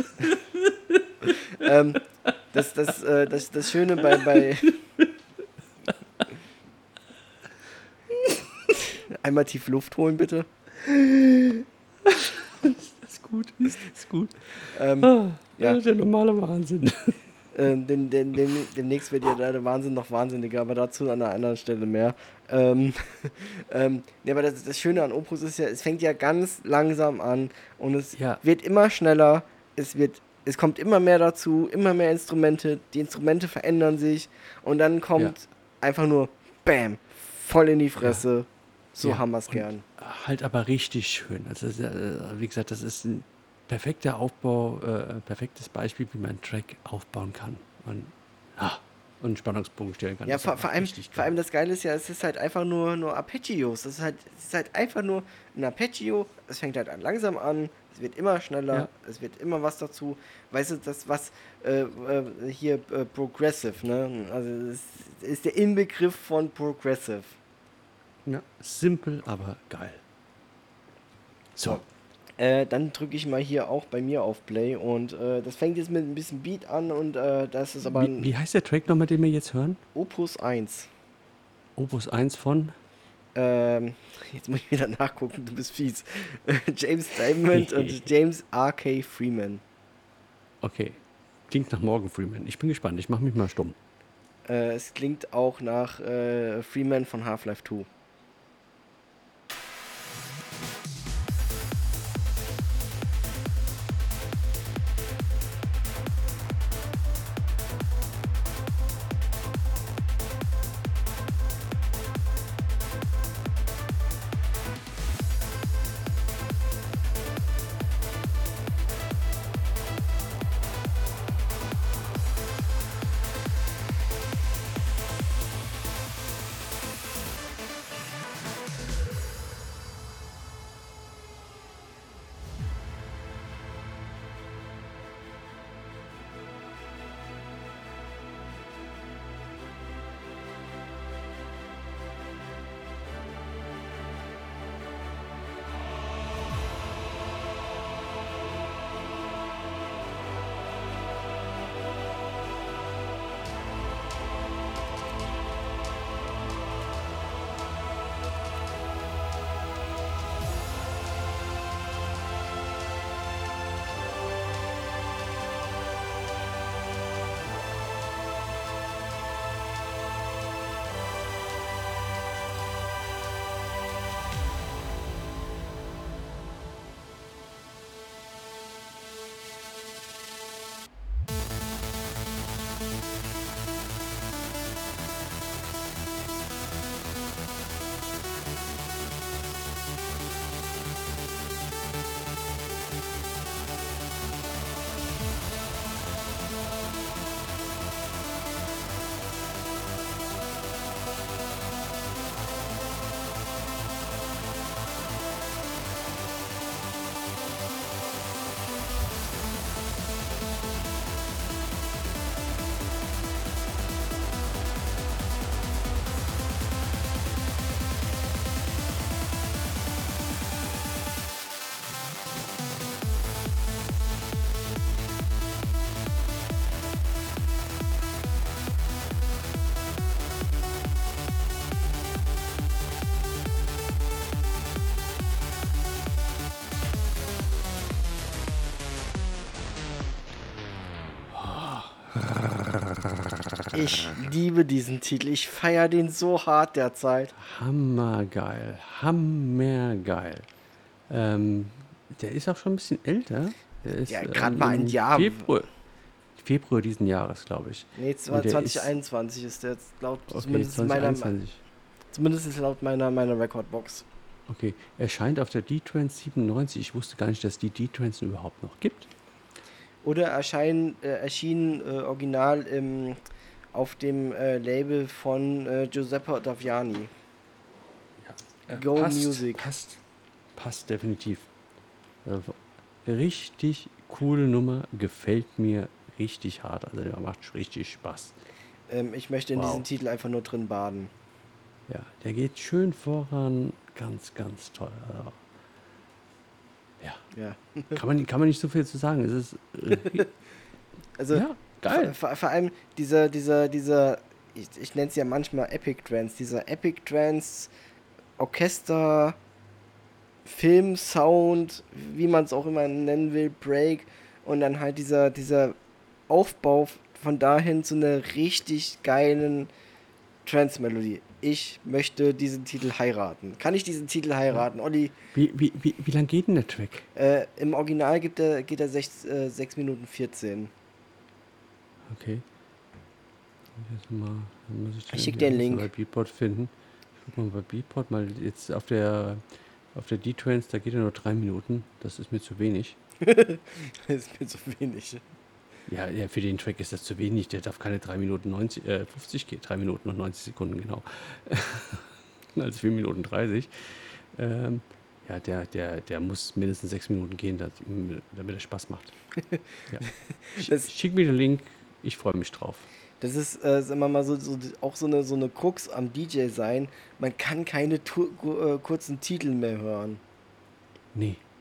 Das Schöne bei Einmal tief Luft holen, bitte. ist gut, ist gut. Ja. Das ist der normale Wahnsinn. Demnächst wird ja der Wahnsinn noch wahnsinniger, aber dazu an einer anderen Stelle mehr. Ja, aber das Schöne an Opus ist ja, es fängt ja ganz langsam an und es wird immer schneller, es kommt immer mehr dazu, immer mehr Instrumente, die Instrumente verändern sich und dann kommt einfach nur BAM, voll in die Fresse. Ja. So haben wir es gern. Halt aber richtig schön. Also wie gesagt, das ist ein perfekter Aufbau, perfektes Beispiel, wie man einen Track aufbauen kann und einen Spannungsbogen stellen kann. Ja, vor allem das Geile ist ja, es ist halt einfach nur Arpeggios. Es ist halt einfach nur ein Arpeggio. Es fängt halt langsam an, es wird immer schneller, es wird immer was dazu. Weißt du, das was hier Progressive, ne? Also es ist der Inbegriff von Progressive. Ja, simpel, aber geil. So. Dann drücke ich mal hier auch bei mir auf Play und das fängt jetzt mit ein bisschen Beat an und das ist aber ein Wie heißt der Track nochmal, den wir jetzt hören? Opus 1. Opus 1 von? Ähm, Jetzt muss ich wieder nachgucken, du bist fies. James Diamond und James R.K. Freeman. Okay. Klingt nach Morgan Freeman. Ich bin gespannt. Ich mache mich mal stumm. Es klingt auch nach Freeman von Half-Life 2. Ich liebe diesen Titel. Ich feiere den so hart derzeit. Hammergeil. Hammergeil. Der ist auch schon ein bisschen älter. Der ist Ja, gerade mal ein im Jahr. Februar diesen Jahres, glaube ich. Nee, Und der 2021 ist der jetzt laut, Okay, zumindest laut meiner Recordbox. Okay, erscheint auf der D-Trance 97. Ich wusste gar nicht, dass die D-Trance überhaupt noch gibt. Oder erschien original auf dem Label von Giuseppe Ottaviani. Go Music. Passt definitiv. Richtig coole Nummer, gefällt mir richtig hart. Also der macht richtig Spaß. Ich möchte in Wow. diesem Titel einfach nur drin baden. Ja, der geht schön voran, ganz, ganz toll. Also, ja, Ja. kann man nicht so viel zu sagen. Es ist Also ja geil. vor allem ich nenne es ja manchmal Epic Trance, dieser Epic Trance Orchester, Film, Sound, wie man es auch immer nennen will, Break und dann halt dieser Aufbau von dahin zu einer richtig geilen Trance-Melodie. Ich möchte diesen Titel heiraten. Kann ich diesen Titel heiraten, Olli? Wie lang geht denn der Track? Im Original geht er 6 Minuten 14. Okay. Jetzt mal, dann muss Ich schick dir einen Link. Bei Beatport finden. Ich guck mal bei Beatport, mal jetzt auf der D-Trance, da geht er nur 3 Minuten. Das ist mir zu wenig. Das ist mir zu wenig. Ja, für den Track ist das zu wenig. Der darf keine 3 Minuten 50 gehen. 3 Minuten und 90 Sekunden, genau. Also 4 Minuten 30. Ja, der muss mindestens 6 Minuten gehen, damit er Spaß macht. Ja. Schick mir den Link. Ich freue mich drauf. Das ist, sagen wir mal, auch so eine Krux am DJ sein. Man kann keine kurzen Titel mehr hören. Nee.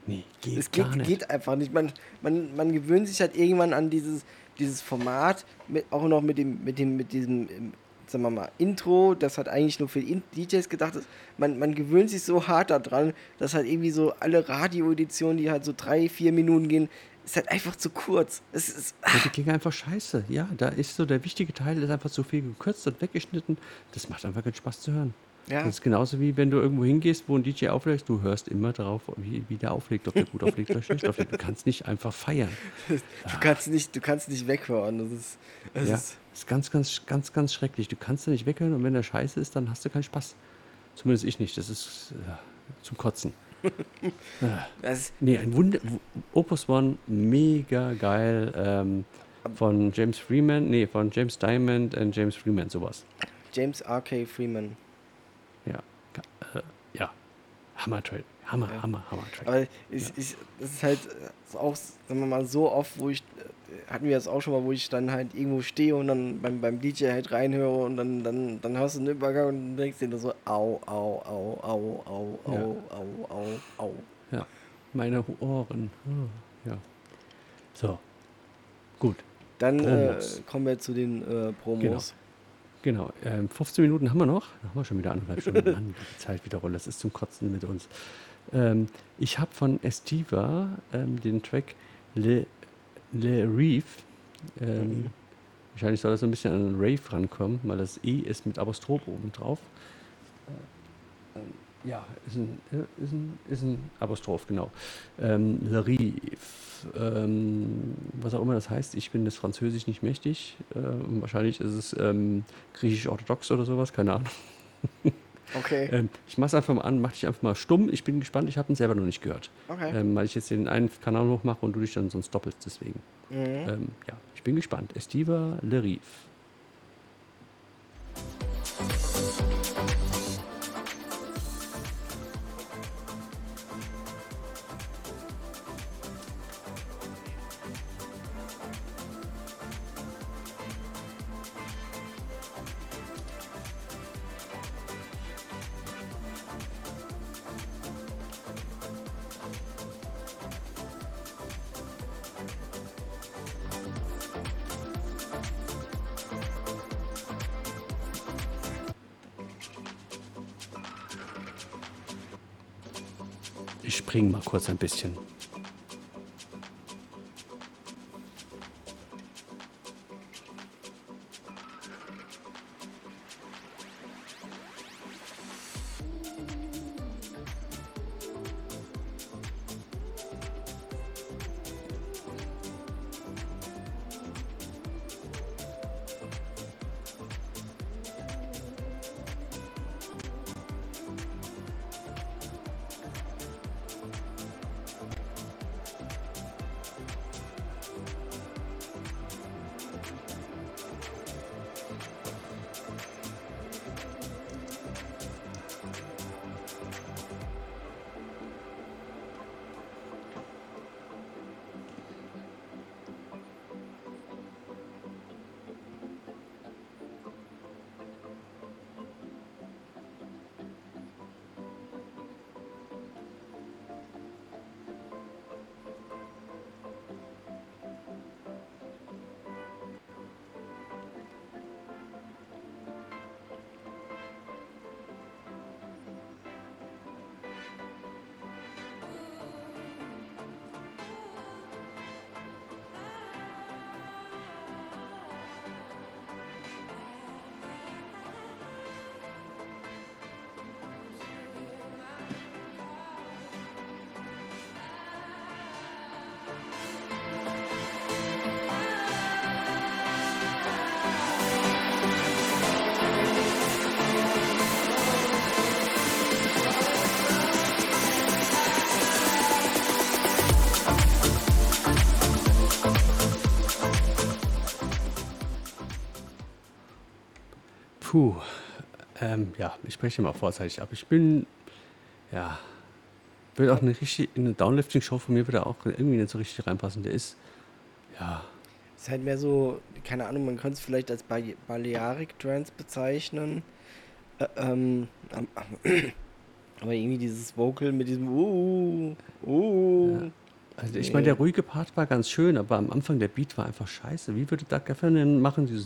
Nee, Es gar nicht. geht einfach nicht. Man gewöhnt sich halt irgendwann an dieses Format, auch noch mit diesem, sagen wir mal, Intro, das halt eigentlich nur für DJs gedacht ist. Man gewöhnt sich so hart daran, dass halt irgendwie so alle Radioeditionen, die halt so 3, 4 Minuten gehen, ist halt einfach zu kurz. Es ist, Ja, die klingen einfach scheiße. Ja, da ist so der wichtige Teil, ist einfach zu viel gekürzt und weggeschnitten. Das macht einfach keinen Spaß zu hören. ja, Das ist genauso wie wenn du irgendwo hingehst, wo ein DJ auflegt, du hörst immer darauf, wie der auflegt, ob der gut auflegt oder schlecht auflegt. Du kannst nicht einfach feiern. du kannst nicht weghören. Das Ja, ist, ist ganz, ganz, ganz, ganz schrecklich. Du kannst da nicht weghören und wenn der scheiße ist, dann hast du keinen Spaß. Zumindest ich nicht. Das ist zum Kotzen. das ist Nee, ein Wunder. Opus One, mega geil. Von James Freeman, nee, von James Diamond und James Freeman, sowas. James R.K. Freeman. Ja, ja. Hammer-Track. Hammer, Ja. Hammer, Hammer-Track. Aber Ja. das ist halt auch, sagen wir mal, so oft, hatten wir das auch schon mal, wo ich dann halt irgendwo stehe und dann beim DJ halt reinhöre und dann hörst du einen Übergang und denkst dir nur so, au, au, au, au, au, Ja. au, au, au, au. Ja, meine Ohren. Ja. So, gut. Dann Promos. kommen wir zu den Promos. Genau. 15 Minuten haben wir noch. Da haben wir schon wieder 1,5 Stunden. Mann, wie die Zeit wieder rollt. Das ist zum Kotzen mit uns. Ich habe von Estiva den Track Le Reef. Wahrscheinlich soll das so ein bisschen an Rave rankommen, weil das E ist mit Apostroph oben drauf. Ja, ist ein Apostroph, genau. Le Rive, was auch immer das heißt, ich bin das Französisch nicht mächtig. Wahrscheinlich ist es griechisch-orthodox oder sowas, keine Ahnung. Okay, Ich mach's einfach mal an, mach dich einfach mal stumm. Ich bin gespannt, ich habe ihn selber noch nicht gehört. okay. Weil ich jetzt den einen Kanal hochmache und du dich dann sonst doppelst, deswegen. Ja, ich bin gespannt. Estiva Le Rive. Ich spring mal kurz ein bisschen. Puh, ja, ich spreche mal vorzeitig ab. Ich bin, ja, will auch eine Downlifting-Show von mir würde auch irgendwie nicht so richtig reinpassen. Der ist, ja, Ist halt mehr so, keine Ahnung, man könnte es vielleicht als Balearic Trance bezeichnen. Am Aber irgendwie dieses Vocal mit diesem Ja. Also ich meine, der ruhige Part war ganz schön, aber am Anfang der Beat war einfach scheiße. Wie würde Doug Heffernan machen? Dieses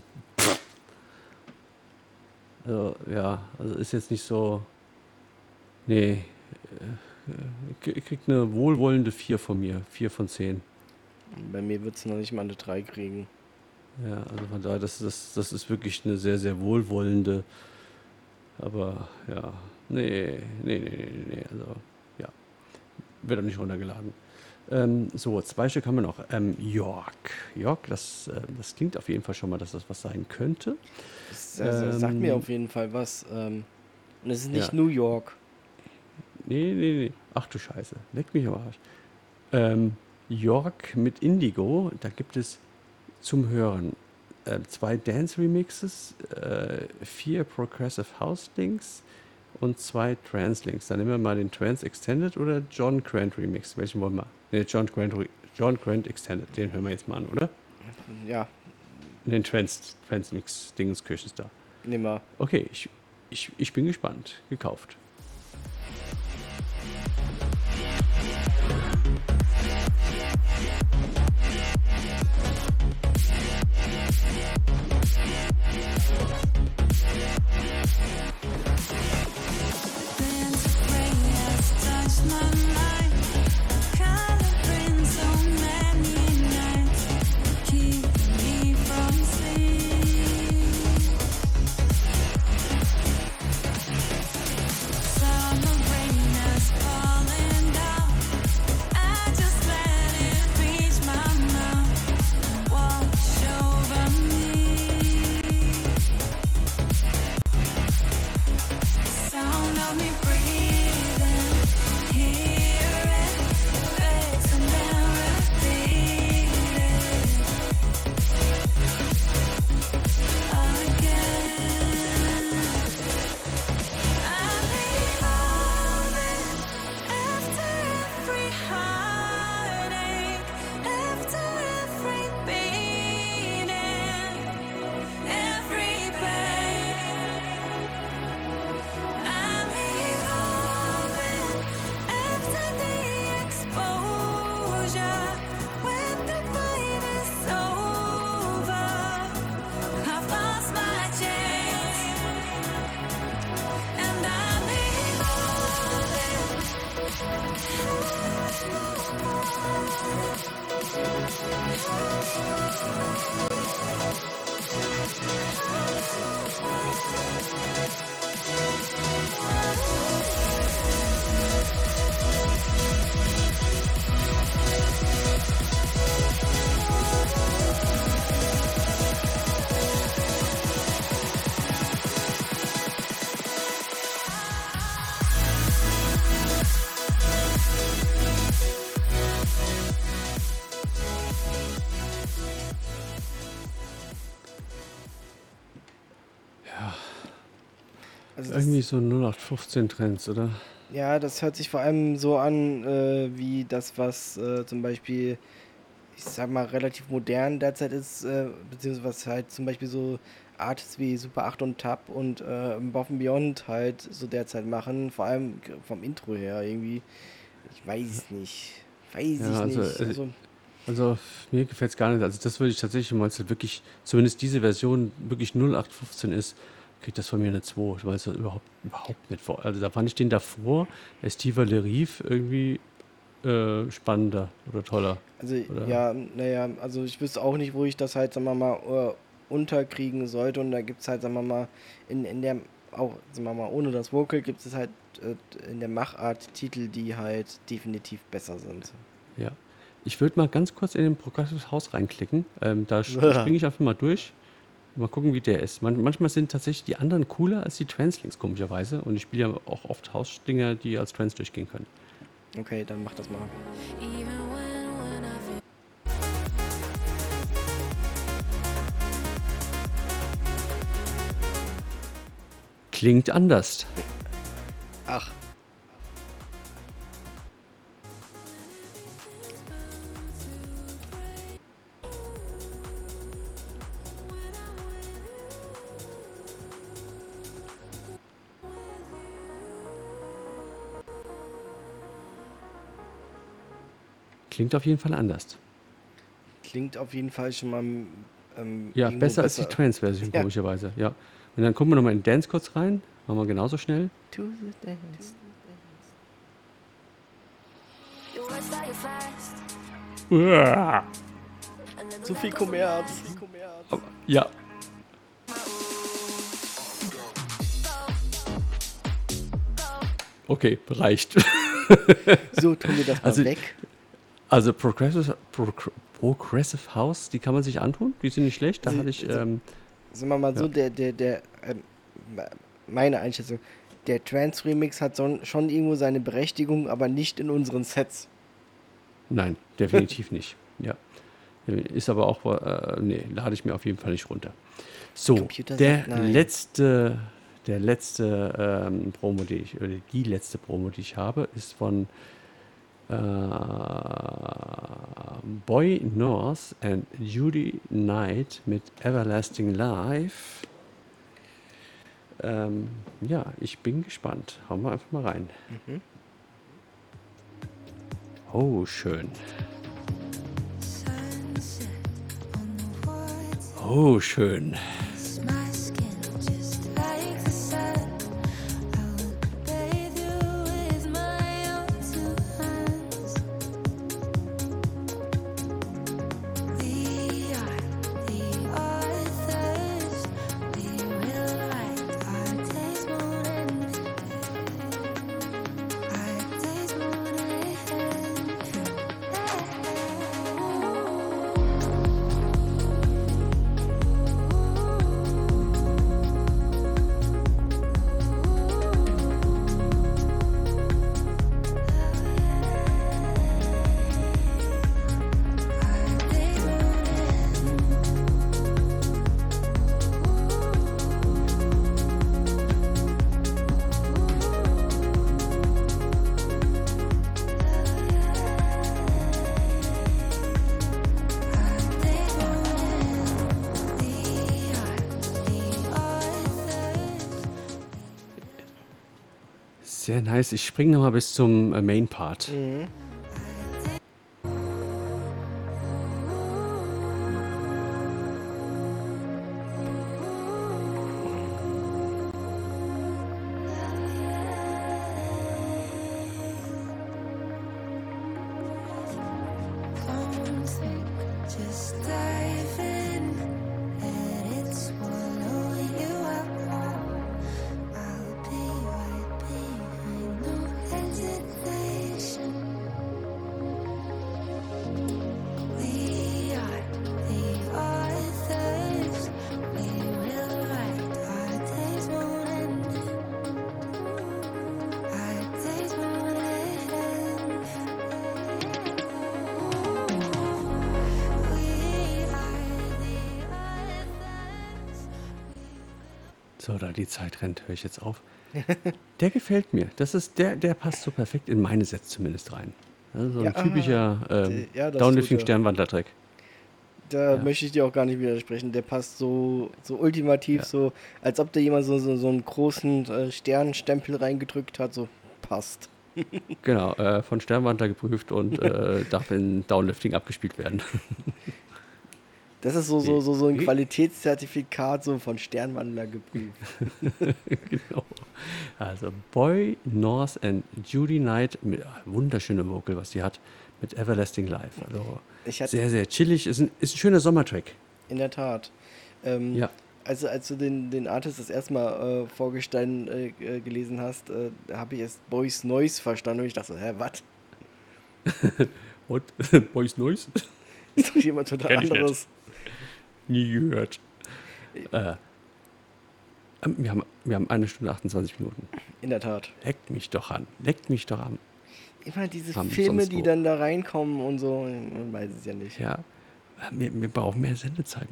ja, also ist jetzt nicht so. Nee, ich krieg eine wohlwollende 4 von mir. 4 von 10. Bei mir wird es noch nicht mal eine 3 kriegen. Ja, also von daher, das ist wirklich eine sehr, sehr wohlwollende. Aber ja, nee. Also ja, wird auch nicht runtergeladen. So, 2 Stück haben wir noch. York, das klingt auf jeden Fall schon mal, dass das was sein könnte. Das sagt mir auf jeden Fall was. Und es ist nicht Ja. New York. Nee. Ach du Scheiße, leck mich am Arsch. York mit Indigo, da gibt es zum Hören 2 Dance-Remixes, 4 Progressive House-Links und 2 Trance-Links. Dann nehmen wir mal den Trance Extended oder John Grant Remix. Welchen wollen wir? Ne, John Grant Extended. Den hören wir jetzt mal an, oder? Ja, Den Trance-Mix-Dingenskirche ist da. nehmen wir. Okay, ich bin gespannt. Gekauft. Also Irgendwie so 0815 Trends, oder? ja, das hört sich vor allem so an, wie das, was zum Beispiel, ich sag mal, relativ modern derzeit ist, beziehungsweise was halt zum Beispiel so Artists wie Super 8 und Tab und Above and Beyond halt so derzeit machen, vor allem vom Intro her irgendwie. Ich weiß nicht. Ja, also, Also, also mir gefällt es gar nicht. Also das würde ich tatsächlich, weil es halt wirklich, zumindest diese Version wirklich 0815 ist, kriegt das von mir eine 2, weil es das überhaupt nicht vor. Also da fand ich den davor, Estiva Le Rive, irgendwie spannender oder toller. also Oder? ja, naja, also ich wüsste auch nicht, wo ich das halt, sagen wir mal, unterkriegen sollte. Und da gibt es halt, sagen wir mal, in der, auch, sagen wir mal, ohne das Vocal gibt es halt in der Machart Titel, die halt definitiv besser sind. Ja. Ich würde mal ganz kurz in den Progressive House reinklicken. Da springe ich einfach mal durch. Mal gucken, wie der ist. Manchmal sind tatsächlich die anderen cooler als die Trance-Links, komischerweise. Und ich spiele ja auch oft House-Dinger, die als Trance durchgehen können. Okay, dann mach das mal. Klingt anders. Ach, Klingt auf jeden Fall anders. Klingt auf jeden Fall schon mal Ja, irgendwo besser als die Trance-Version, Ja. komischerweise. Ja. Und dann gucken wir nochmal in Dance kurz rein. Machen wir genauso schnell. To the dance. Zu viel Kommerz. Ja. Okay, reicht. So, tun wir das mal Also- weg. Also Progressive House, die kann man sich antun. Die sind nicht schlecht. Da Sie- hatte ich. Sagen wir mal so, meine Einschätzung, der Trance-Remix hat schon irgendwo seine Berechtigung, aber nicht in unseren Sets. Nein, definitiv nicht. Ja. Ist aber auch, nee, lade ich mir auf jeden Fall nicht runter. So, Computer der sagt nein. letzte Promo, oder die letzte Promo, die ich habe, ist von Boy North and Judy Knight mit Everlasting Life. Ja, ich bin gespannt. Hauen wir einfach mal rein. Oh, schön. Oh, schön. Sehr nice. Ich springe nochmal bis zum Main Part. Just dive in, let it swallow you up. I'll be right behind, no hesitation. We are the authors, we will write our days won't end. Our days won't end. So, da die Zeit rennt, höre ich jetzt auf. Der gefällt mir. Das ist der passt so perfekt in meine Sets zumindest rein. Also ein Ja, typischer ja, das Downlifting tut er. Sternwandler-Track. Da Ja. möchte ich dir auch gar nicht widersprechen. Der passt so ultimativ, Ja. so als ob da jemand so einen großen Sternenstempel reingedrückt hat. So passt. Genau, von Sternwandler geprüft und darf in Downlifting abgespielt werden. Das ist so ein Nee. Qualitätszertifikat so von Sternwandler geprüft. Genau. Also Boy North and Judy Knight, mit wunderschönem Vocal, was sie hat, mit Everlasting Life. Also Ich hatte sehr, sehr chillig. Ist ein schöner Sommertrack. in der Tat. Ja. Also als du den Artist das erste Mal vorgestanden gelesen hast, habe ich erst Boys Noise verstanden und ich dachte so, hä, was? Und Boys Noise? Ist doch jemand total Kenn ich nicht. anderes. Nie gehört. Wir haben 1 Stunde 28 Minuten. In der Tat. Leckt mich doch an. Leckt mich doch an. Immer diese Haben Filme, sonst die wo. dann da reinkommen und so, man weiß es ja nicht. Ja. Wir brauchen mehr Sendezeit.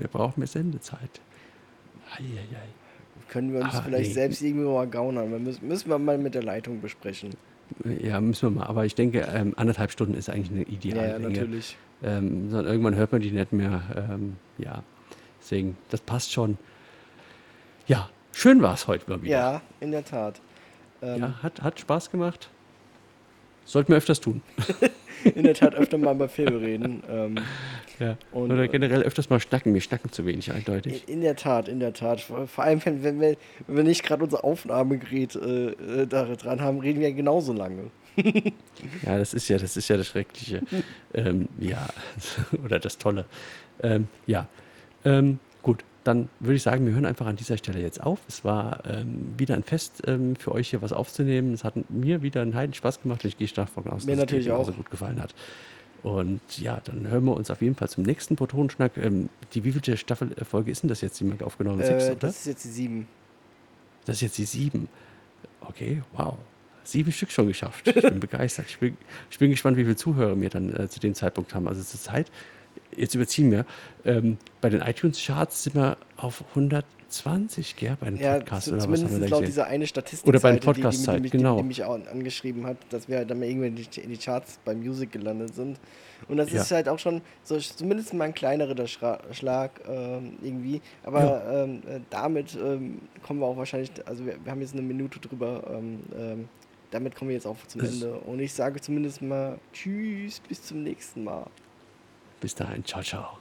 Eieiei. Können wir uns Aber vielleicht nee. selbst irgendwo mal gaunern. Müssen wir mal mit der Leitung besprechen. Ja, müssen wir mal. Aber ich denke, 1,5 Stunden ist eigentlich eine Ja, Ideallänge. natürlich. Sondern irgendwann hört man die nicht mehr. Ja, deswegen, das passt schon. Ja, schön war es heute mal wieder. Ja, in der Tat. Ja, hat Spaß gemacht. Sollten wir öfters tun. In der Tat öfter mal über Filme reden. Ja. Und, Oder generell öfters mal schnacken. Wir schnacken zu wenig, eindeutig. In der Tat. Vor allem, wenn wir nicht gerade unser Aufnahmegerät da dran haben, reden wir ja genauso lange. Ja, das ist ja das Schreckliche. Ja, oder das Tolle. Ja, gut, dann würde ich sagen, wir hören einfach an dieser Stelle jetzt auf. Es war wieder ein Fest für euch hier was aufzunehmen. Es hat mir wieder einen heiden Spaß gemacht und ich gehe stark davon aus, Mir dass es natürlich dir auch. genauso gut gefallen hat. Und ja, dann hören wir uns auf jeden Fall zum nächsten Protonenschnack. Die wievielte Staffelfolge ist denn das jetzt, die wir aufgenommen haben? 6, oder? Das ist jetzt die 7. Das ist jetzt die 7. Okay, wow. 7 Stück schon geschafft. Ich bin begeistert. Ich bin gespannt, wie viele Zuhörer wir dann zu dem Zeitpunkt haben. Also zur Zeit, jetzt überziehen wir, bei den iTunes-Charts sind wir auf 120, gell, bei einem Podcast. Oder was haben zumindest wir da laut gesehen? dieser eine Statistik, Oder bei den Podcast-Seiten, genau. die mich auch angeschrieben hat, dass wir dann mal irgendwann in die Charts bei Music gelandet sind. Und das Ja. ist halt auch schon so zumindest mal ein kleinerer Schlag irgendwie. Aber damit kommen wir auch wahrscheinlich, also wir haben jetzt eine Minute drüber, damit kommen wir jetzt auch zum Ende. Und ich sage zumindest mal tschüss, bis zum nächsten Mal. Bis dahin, ciao, ciao.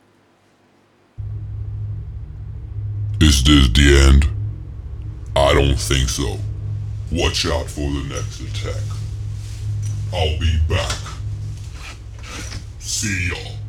Is this the end? I don't think so. Watch out for the next attack. I'll be back. See y'all.